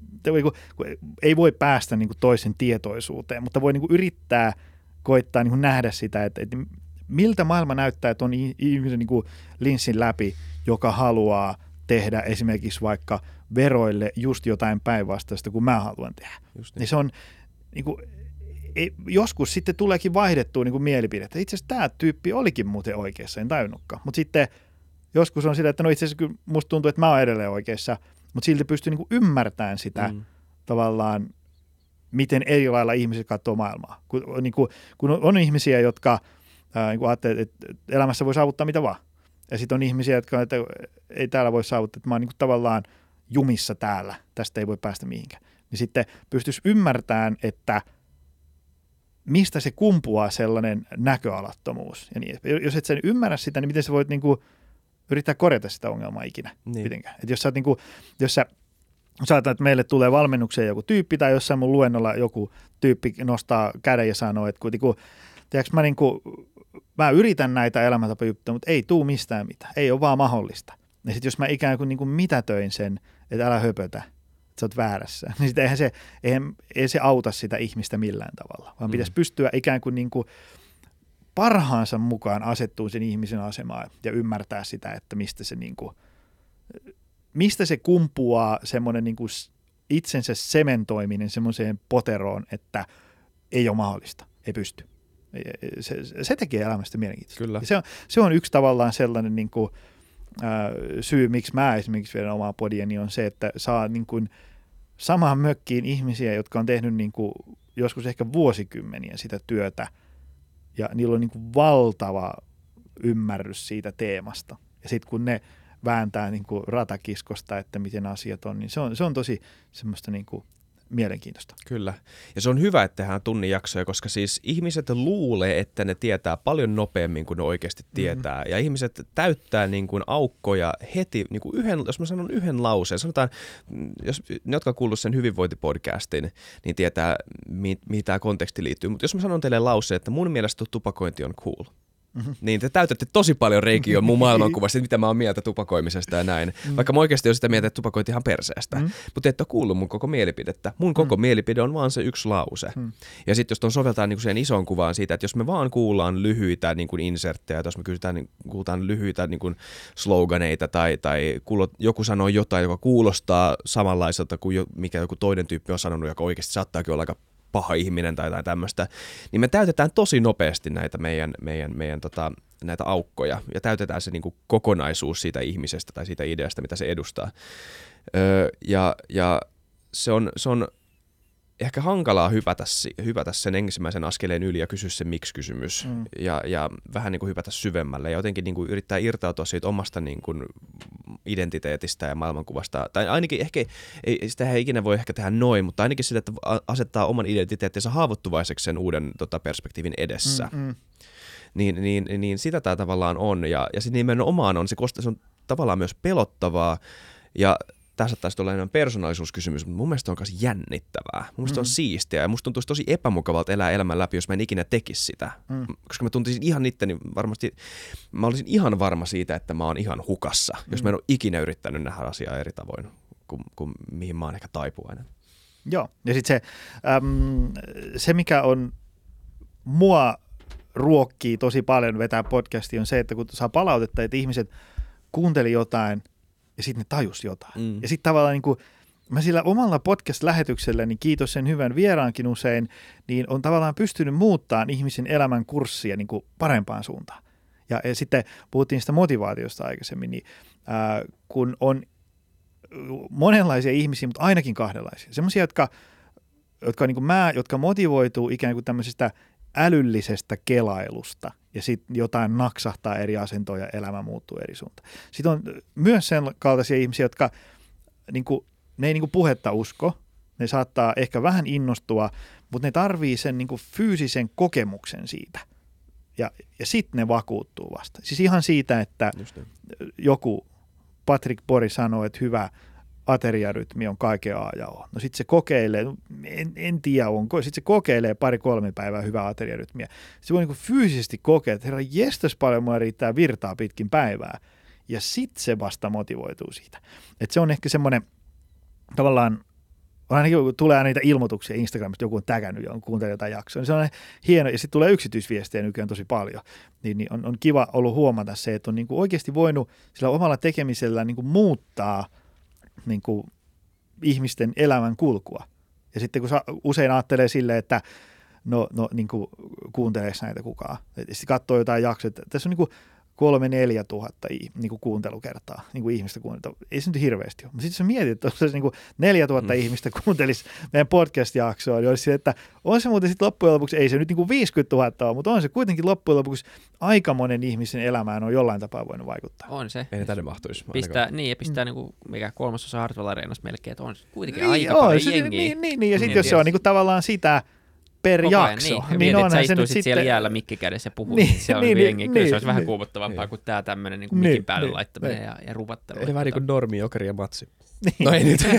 ei voi päästä niin kuin toisen tietoisuuteen, mutta voi niin kuin yrittää koittaa niin kuin nähdä sitä, että, että miltä maailma näyttää tuon ihmisen niin kuin linssin läpi, joka haluaa tehdä esimerkiksi vaikka veroille just jotain päinvastaista kuin mä haluan tehdä. Just Niin se on, niin kuin, ei, joskus sitten tuleekin vaihdettua niin kuin mielipidettä. Itse asiassa tämä tyyppi olikin muuten oikeassa, en tajunnutkaan. Mutta sitten joskus on sitä, että no itse asiassa kyllä musta tuntuu, että mä oon edelleen oikeassa, mutta silti pystyy niin kuin ymmärtämään sitä Mm. tavallaan, miten eri lailla ihmiset katsoo maailmaa. Kun, niin kuin, kun on, on ihmisiä, jotka ää, niin kuin ajattelee, että elämässä voi saavuttaa mitä vaan. Ja sitten on ihmisiä, jotka että ei täällä voi saavuttaa, että mä oon niin kuin tavallaan jumissa täällä, tästä ei voi päästä mihinkään. Niin sitten pystyisi ymmärtämään, että mistä se kumpuaa sellainen näköalattomuus. Ja niin, jos et sen ymmärrä sitä, niin miten sä voit niinku yrittää korjata sitä ongelmaa ikinä. Niin. Et jos sä, niinku, jos sä saatat, että meille tulee valmennukseen joku tyyppi, tai jossain mun luennolla joku tyyppi nostaa käden ja sanoo, että kun, niinku, tiedätkö, mä, niinku, mä yritän näitä elämäntapajuttuja, mutta ei tuu mistään mitään. Ei ole vaan mahdollista. Ja sitten jos mä ikään kuin niinku mitätöin sen, että älä höpötä, sä oot väärässä, niin sitten eihän se, eihän, ei se auta sitä ihmistä millään tavalla, vaan Mm. pitäisi pystyä ikään kuin, niin kuin parhaansa mukaan asettua sen ihmisen asemaan ja ymmärtää sitä, että mistä se, niin kuin, mistä se kumpuaa semmoinen niin kuin itsensä sementoiminen semmoiseen poteroon, että ei ole mahdollista, ei pysty. Se, se tekee elämästä mielenkiintoista. Kyllä. Se on, se on yksi tavallaan sellainen niin kuin, ää, syy, miksi mä esimerkiksi vielä omaa podiani, on se, että saa niin kuin samaan mökkiin ihmisiä, jotka on tehnyt niin kuin joskus ehkä vuosikymmeniä sitä työtä, ja niillä on niin kuin valtava ymmärrys siitä teemasta. Ja sitten kun ne vääntää niin kuin ratakiskosta, että miten asiat on, niin se on, se on tosi semmoista niin kuin mielenkiintoista. Kyllä. Ja se on hyvä, että tehdään tunnin jaksoja, koska siis ihmiset luulee, että ne tietää paljon nopeammin kuin ne oikeasti tietää. Mm-hmm. Ja ihmiset täyttää niin kuin aukkoja heti, niin kuin yhden, jos mä sanon yhden lauseen. Sanotaan, jos ne, jotka on kuullut sen hyvinvointipodcastin, niin tietää, mihin mi- tämä konteksti liittyy. Mutta jos mä sanon teille lauseen, että mun mielestä tupakointi on cool, mm-hmm. niin te täytätte tosi paljon reikiä mun maailmankuvasta, mitä mä oon mieltä tupakoimisesta ja näin. Mm-hmm. Vaikka mä oikeasti olen sitä mieltä, että tupakointi ihan perseestä. Mm-hmm. Mutta et ole kuullut mun koko mielipidettä. Mun koko mm-hmm. mielipide on vaan se yksi lause. Mm-hmm. Ja sitten jos ton soveltaa niin siihen isoon kuvaan siitä, että jos me vaan kuullaan lyhyitä niin kuin inserttejä, tai jos me kysytään, niin kuultaan lyhyitä niin kuin sloganeita, tai, tai kuulo, joku sanoo jotain, joka kuulostaa samanlaiselta kuin jo, mikä joku toinen tyyppi on sanonut, joka oikeasti saattaakin olla aika paha ihminen tai jotain tämmöistä, niin me täytetään tosi nopeasti näitä meidän, meidän, meidän tota, näitä aukkoja ja täytetään se niin kuin kokonaisuus siitä ihmisestä tai siitä ideasta, mitä se edustaa. Öö, ja ja se, on, se on ehkä hankalaa hypätä, hypätä sen ensimmäisen askeleen yli ja kysyä se miksi-kysymys mm. ja, ja vähän niin kuin hypätä syvemmälle ja jotenkin niin kuin yrittää irtautua siitä omasta niin kuin identiteetistä ja maailmankuvasta. Tai ainakin ehkä, ei, sitä ei ikinä voi ehkä tehdä noin, mutta ainakin sitä, että asettaa oman identiteettinsä haavoittuvaiseksi sen uuden tota, perspektiivin edessä. Mm, mm. Niin, niin, niin sitä tämä tavallaan on. Ja, ja sitten nimenomaan on, se, se on tavallaan myös pelottavaa ja tässä taisi olla enemmän persoonallisuuskysymys, mutta mun mielestä on myös jännittävää. Mun mielestä mm. on siistiä ja musta tuntuisi tosi epämukavalta elää elämän läpi, jos mä en ikinä tekisi sitä. Mm. Koska mä tuntisin ihan itteni varmasti, mä olisin ihan varma siitä, että mä oon ihan hukassa, mm. jos mä en ole ikinä yrittänyt nähdä asiaa eri tavoin kuin, kuin mihin mä oon ehkä taipuvainen. Joo, ja sitten se, äm, se, mikä on mua ruokkii tosi paljon vetää podcastia, on se, että kun saa palautetta, että ihmiset kuunteli jotain, ja sitten ne tajus jotain. Mm. Ja sitten tavallaan niin kuin, mä sillä omalla podcast-lähetyksellä, niin kiitos sen hyvän vieraankin usein, niin on tavallaan pystynyt muuttamaan ihmisen elämän kurssia niin kuin parempaan suuntaan. Ja, ja sitten puhuttiin sitä motivaatiosta aikaisemmin, niin ää, kun on monenlaisia ihmisiä, mutta ainakin kahdenlaisia. Semmoisia, jotka, jotka on niin kuin mä, jotka motivoituu ikään kuin tämmöisestä älyllisestä kelailusta ja sitten jotain naksahtaa eri asentoja ja elämä muuttuu eri suuntaan. Sitten on myös sen kaltaisia ihmisiä, jotka niin kuin, ne ei niin kuin puhetta usko, ne saattaa ehkä vähän innostua, mutta ne tarvii sen niin kuin fyysisen kokemuksen siitä ja, ja sitten ne vakuuttuu vasta. Siis ihan siitä, että joku Patrick Pori sanoo, että hyvä ateriarytmi on kaiken A ja O. No sitten se kokeilee, en, en tiedä onko, sitten se kokeilee pari-kolme päivää hyvää ateriarytmiä. Se voi niinku fyysisesti kokea, että herra jestas paljon mulla riittää virtaa pitkin päivää. Ja sitten se vasta motivoituu siitä. Että se on ehkä semmoinen, tavallaan, ainakin kun tulee aina niitä ilmoituksia Instagramista, joku on tägännyt ja on kuuntelee jotain jaksoa, niin se on hieno, ja sitten tulee yksityisviestejä nykyään tosi paljon, niin, niin on, on kiva ollut huomata se, että on niinku oikeasti voinut sillä omalla tekemisellä niinku muuttaa niin kuin ihmisten elämän kulkua. Ja sitten kun sa, usein ajattelee silleen, että no, no niin kuin kuunteleeko näitä kukaan. Ja sitten katsoo jotain jaksoja, että tässä on niin kuin kolme, neljä tuhatta niin kuin kuuntelukertaa, niin kuin ihmistä kuuntelua. Ei se nyt hirveästi ole. Mutta sitten jos mietit, että jos niin kuin neljä tuhatta mm. ihmistä kuuntelisi meidän podcast-jaksoa, niin olisi se, että on se muuten sitten loppujen lopuksi, ei se nyt niin kuin viisikymmentätuhatta ole, mutta on se kuitenkin loppujen lopuksi aika monen ihmisen elämään on jollain tapaa voinut vaikuttaa. On se. Ei tänne mahtuisi. Pistää, niin, ja pistää mm. niin kuin, mikä kolmasosa Hartwell Areenasta melkein, että on kuitenkin niin, aika on, paljon se, jengiä. Niin, niin, niin, ja sitten jos se on niin kuin tavallaan sitä per koko ajan, jakso. Niin, niin onhan se nyt sitten siellä jäällä mikki kädessä ja puhuu, niin, siellä on niin, jengi. Kyllä niin, se olisi niin, vähän kuumottavampaa niin, kuin tämä tämmöinen niin mikin päälle niin, laittaminen niin, ja, ja rupattelu. Eli vähän niin kuin Normi, Jokeri ja Matsi. Niin. No ei nyt.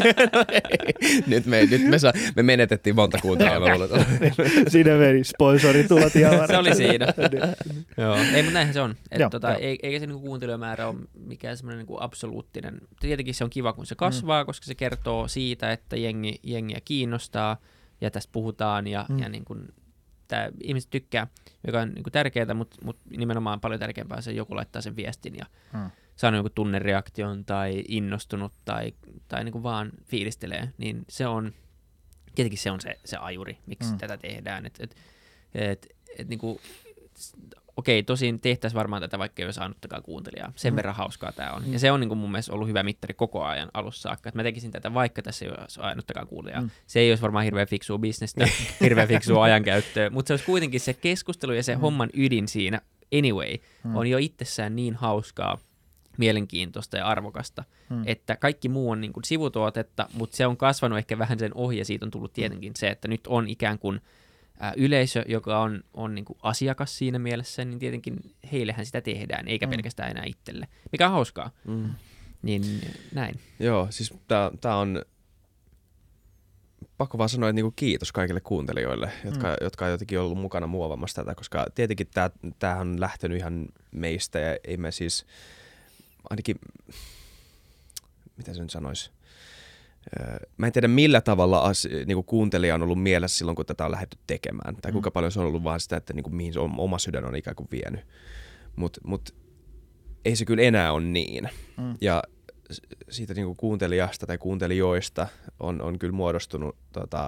nyt me, nyt me, saa, me menetettiin monta kuuntelijaa. Siinä meni sponsoritulot ihan varmaan. Se oli siinä. Joo. Ei, mutta näinhän se on. Että tota, eikä se niinku kuuntelijamäärä ole mikään semmoinen niinku absoluuttinen. Tietenkin se on kiva, kun se kasvaa, mm. koska se kertoo siitä, että jengi, jengiä kiinnostaa ja tästä puhutaan ja, mm. ja niin kuin, tää, ihmiset tykkää, joka on niin kuin tärkeää, mutta, mutta nimenomaan paljon tärkeämpää se, joku laittaa sen viestin ja mm. saanut joku tunnereaktion tai innostunut tai, tai niin kuin vaan fiilistelee, niin se on, tietenkin se on se, se ajuri, miksi mm. tätä tehdään. Et, et, et, et, niin kuin, okei, tosin tehtäisiin varmaan tätä, vaikka ei olisi ainuttakaan kuuntelijaa. Sen mm. verran hauskaa tämä on. Mm. Ja se on niin kuin mun mielestä ollut hyvä mittari koko ajan alussa saakka, että mä tekisin tätä, vaikka tässä ei olisi ainuttakaan kuuntelijaa. Mm. Se ei olisi varmaan hirveän fiksua bisnestä, hirveän fiksua ajankäyttöä, mutta se olisi kuitenkin se keskustelu ja se mm. homman ydin siinä anyway mm. on jo itsessään niin hauskaa, mielenkiintoista ja arvokasta, hmm. että kaikki muu on niin kuin sivutuotetta, mutta se on kasvanut ehkä vähän sen ohi, ja siitä on tullut tietenkin se, että nyt on ikään kuin ä, yleisö, joka on, on niin kuin asiakas siinä mielessä, niin tietenkin heillehän sitä tehdään, eikä hmm. pelkästään enää itselle, mikä on hauskaa. Hmm. Niin näin. Joo, siis tää on pakko vaan sanoa, että niinku kiitos kaikille kuuntelijoille, jotka, mm. jotka on jotenkin ollut mukana muovamassa tätä, koska tietenkin tää, tämähän on lähtenyt ihan meistä, ja ei me siis ainakin, mitä se nyt sanoisi, mä en tiedä millä tavalla as, niinku kuuntelija on ollut mielessä silloin, kun tätä on lähdetty tekemään, tai kuinka mm. paljon se on ollut vaan sitä, että niinku, mihin se oma sydän on ikään kuin vienyt, mutta mut, ei se kyllä enää ole niin, mm. ja siitä niinku kuuntelijasta tai kuuntelijoista on, on kyllä muodostunut tota,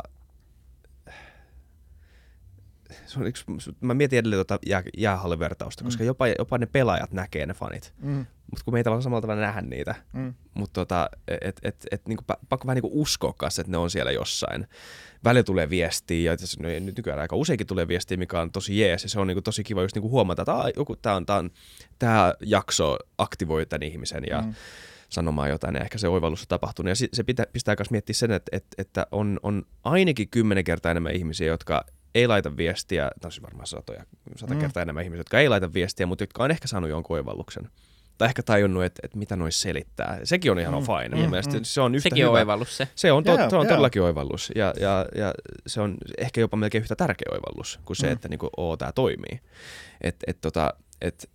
se on yksi, mä mietin edelleen tuota jää, jäähallivertausta, koska mm. jopa, jopa ne pelaajat näkee ne fanit, mm. mutta kun me ei tavallaan samalla tavalla nähdä niitä, mm. mutta tota, et, et, et, niinku, pakko vähän niinku uskoa kanssa, että ne on siellä jossain. Välillä tulee viestiä, ja no, nyt nykyään aika useinkin tulee viestiä, mikä on tosi jees, ja se on niinku tosi kiva just niinku huomata, että joku, tää, on, tää, on, tää jakso aktivoi tämän ihmisen, ja mm. sanomaan jotain, ja ehkä se oivallus on tapahtunut. Ja se pitää, pistää myös miettiä sen, että, että, että on, on ainakin kymmenen kertaa enemmän ihmisiä, jotka ei laita viestiä, tai siis varmaan satoja, sata mm. kertaa enemmän ihmisiä, jotka ei laita viestiä, mutta jotka on ehkä saanut jonkun oivalluksen. Tai ehkä tajunnut, että, että mitä noissa selittää. Sekin on ihan mm. fine. Mm. Mun mielestä se on yhtä Sekin hyvä. on oivallus se. Se on, to, yeah, se on yeah. todellakin oivallus. Ja, ja, ja se on ehkä jopa melkein yhtä tärkeä oivallus kuin se, mm. että niinku, oo, tää toimii. Että et, tota, et,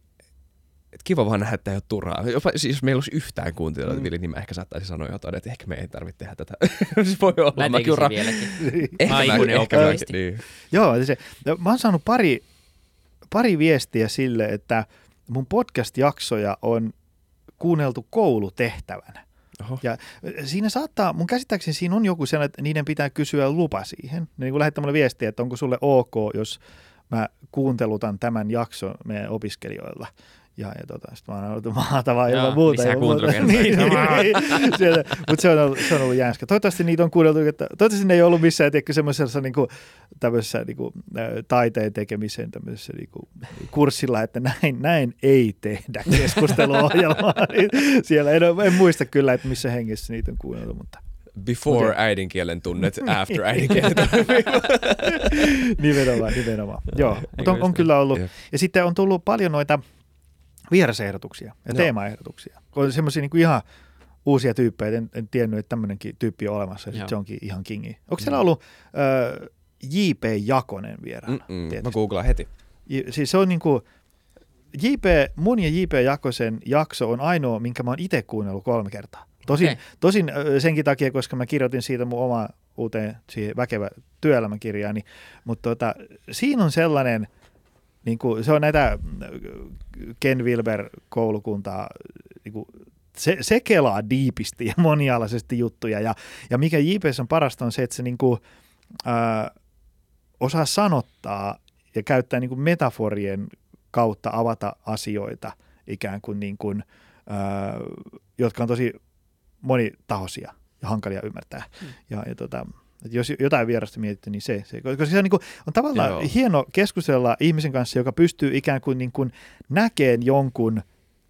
et kiva vaan nähdä, että tämä ei ole turhaa. Jopa, siis jos meillä olisi yhtään kuuntelijoita, mm. niin mä ehkä saattaisi sanoa jotain, että ehkä me ei tarvitse tehdä tätä. Se voi olla. Mä tekisin kyllä vieläkin. Ehkä mä mä, ehkä mä, niin. Joo, se, mä oon saanut pari, pari viestiä sille, että mun podcast-jaksoja on kuunneltu koulutehtävänä. Oho. Ja siinä saattaa, mun käsittääkseni siinä on joku sellainen, että niiden pitää kysyä lupa siihen. Ne niin lähettää mulle viestiä, että onko sulle ok, jos mä kuuntelutan tämän jakson meidän opiskelijoilla. Ja, ja tota, sit mä oon ollut mahtavaa ilman muuta. Lisää kuuntelukertaa. niin, mutta se on ollut, se on ollut jänskä. Toivottavasti niitä on kuunneltu, että toivottavasti ne ei ollut missään semmoisessa niinku, tämmöisessä niinku, taiteen tekemisen tämmöisessä niinku, kurssilla, että näin, näin ei tehdä keskusteluohjelmaa. Siellä en, en muista kyllä, että missä hengessä niitä on kuunneltu, mutta before okay. äidinkielen tunnet, after äidinkielen tunnet. nimenomaan, nimenomaan. Joo, mutta on, on kyllä ollut. Yeah. Ja sitten on tullut paljon noita vierasehdotuksia ja no. teemaehdotuksia. On semmoisia niin kuin ihan uusia tyyppejä. En, en tiennyt, että tämmöinenkin tyyppi on olemassa ja se onkin ihan kingi. Onko siellä ollut äh, J P Jakonen vieraana? Mä googlaan heti. J, siis se on niin kuin J P, mun ja J P Jakosen jakso on ainoa, minkä mä oon itse kuunnellut kolme kertaa. Tosin, okay. tosin senkin takia, koska mä kirjoitin siitä mun oma uuteen siihen väkevä työelämäkirjaani, mutta tota, siinä on sellainen, niin kuin, se on näitä Ken Wilber-koulukuntaa, niin kuin, se, se kelaa diipisti ja monialaisesti juttuja, ja, ja mikä J P S on parasta on se, että se niin kuin, äh, osaa sanottaa ja käyttää niin kuin metaforien kautta avata asioita ikään kuin, niin kuin äh, jotka on tosi monitahoisia ja hankalia ymmärtää. Mm. Ja, ja tota, jos jotain vierasta mietitte, niin se, se koska se on, niin kuin, on tavallaan Joo. hieno keskustella ihmisen kanssa, joka pystyy ikään kuin, niin kuin näkemään jonkun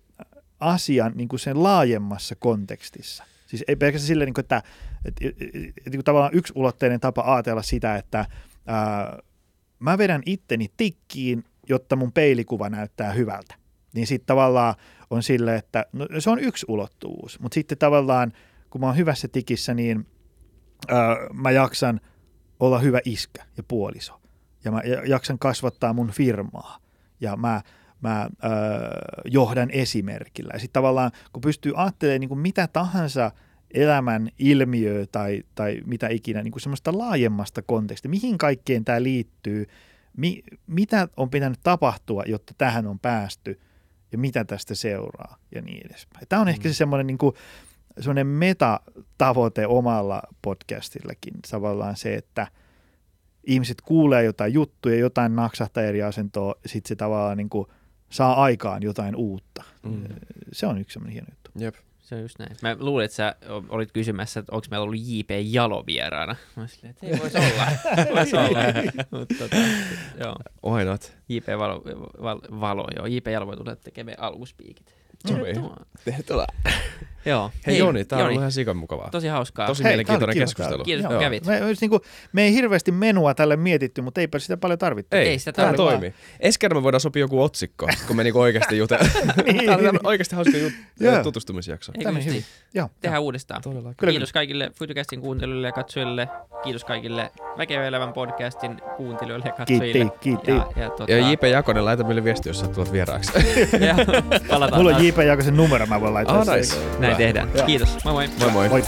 asian niin kuin sen laajemmassa kontekstissa. Siis ei pelkästään silleen, niin kuin, että, että, että, että, että tavallaan yksiulotteinen tapa ajatella sitä, että ää, mä vedän itteni tikkiin, jotta mun peilikuva näyttää hyvältä. Niin sitten tavallaan on silleen, että no, se on yksi ulottuvuus, mutta sitten tavallaan, kun mä oon hyvässä tikissä, niin ää, mä jaksan olla hyvä iskä ja puoliso. Ja mä jaksan kasvattaa mun firmaa. Ja mä, mä ää, johdan esimerkillä. Ja sitten tavallaan, kun pystyy ajattelemaan niin kuin mitä tahansa elämän ilmiöä tai, tai mitä ikinä, niin kuin semmoista laajemmasta kontekstista, mihin kaikkeen tämä liittyy, mi, mitä on pitänyt tapahtua, jotta tähän on päästy, ja mitä tästä seuraa ja niin edespäin. Tämä on mm. ehkä se semmoinen, niin kuin, semmoinen metatavoite omalla podcastillakin, tavallaan se, että ihmiset kuulee jotain juttuja, jotain naksahtaa eri asentoa, sitten se tavallaan niin kuin saa aikaan jotain uutta. Mm. Se on yksi sellainen hieno juttu. Jep. Se on just näin. Mä luulin, että sä olit kysymässä, että onko meillä ollut J P Jalo vieraana. Mä silleen, että ei voisi olla. Voisi olla. Mutta tota, joo. Why not? J P Valo, Valo, Valo, joo. J P Jalo voi tulla tekemään alkuspiikit. Tervetuloa. Joo. Hei, Hei Joni, tää on ollut ihan sikan mukavaa. Tosi hauskaa. Tosi Hei, mielenkiintoinen kiva, keskustelu. Kiitos, kun kävit. Me, me, niin kuin, me ei hirveästi menua tälle mietitty, mutta eipä sitä paljon tarvittu. Ei, ei sitä tämä tarvitse. toimii. Ensi kerran me voidaan sopia joku otsikko, kun me niinku oikeasti jutellaan. niin, Tämä on oikeasti hauska jut- Joo. tutustumisjakso. Eikö just niin? Joo. Tehdään uudestaan. Todella. Kyllä. Kiitos kaikille FutuCastin kuuntelijoille ja katsojille. Kiitos kaikille Väkevä Elämän podcastin kuuntelijoille ja katsojille. Kiitti, kiitti. Ja, ja, tota, Ja J P Jakonen, laita meille viesti, jos sä tulet vieraaksi. ja palataan Mulla on taas. J P Jakosen numero, mä voin laittaa Ah, sen. nice. Näin Hyvä. tehdään. Joo. Kiitos. Moi moi. Moi moi. Moi.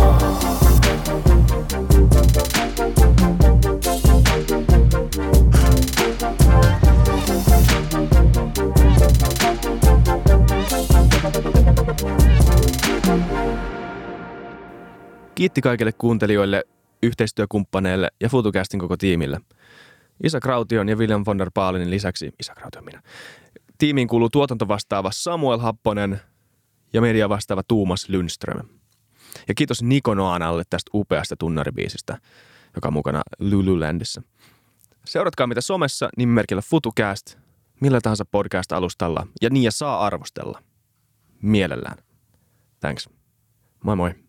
Kiitti kaikille kuuntelijoille, yhteistyökumppaneille ja FutuCastin koko tiimille. Isa Kraution ja William von der Baalenin lisäksi, Isa Kraution minä, tiimiin kuuluu tuotantovastaava Samuel Happonen ja media vastaava Tuumas Lundström. Ja kiitos Niko Noanalle tästä upeasta tunnaribiisistä, joka on mukana Lululandissa. Seuratkaa mitä somessa nimimerkillä FutuCast, millä tahansa podcast-alustalla ja niin ja saa arvostella. Mielellään. Thanks. Moi moi.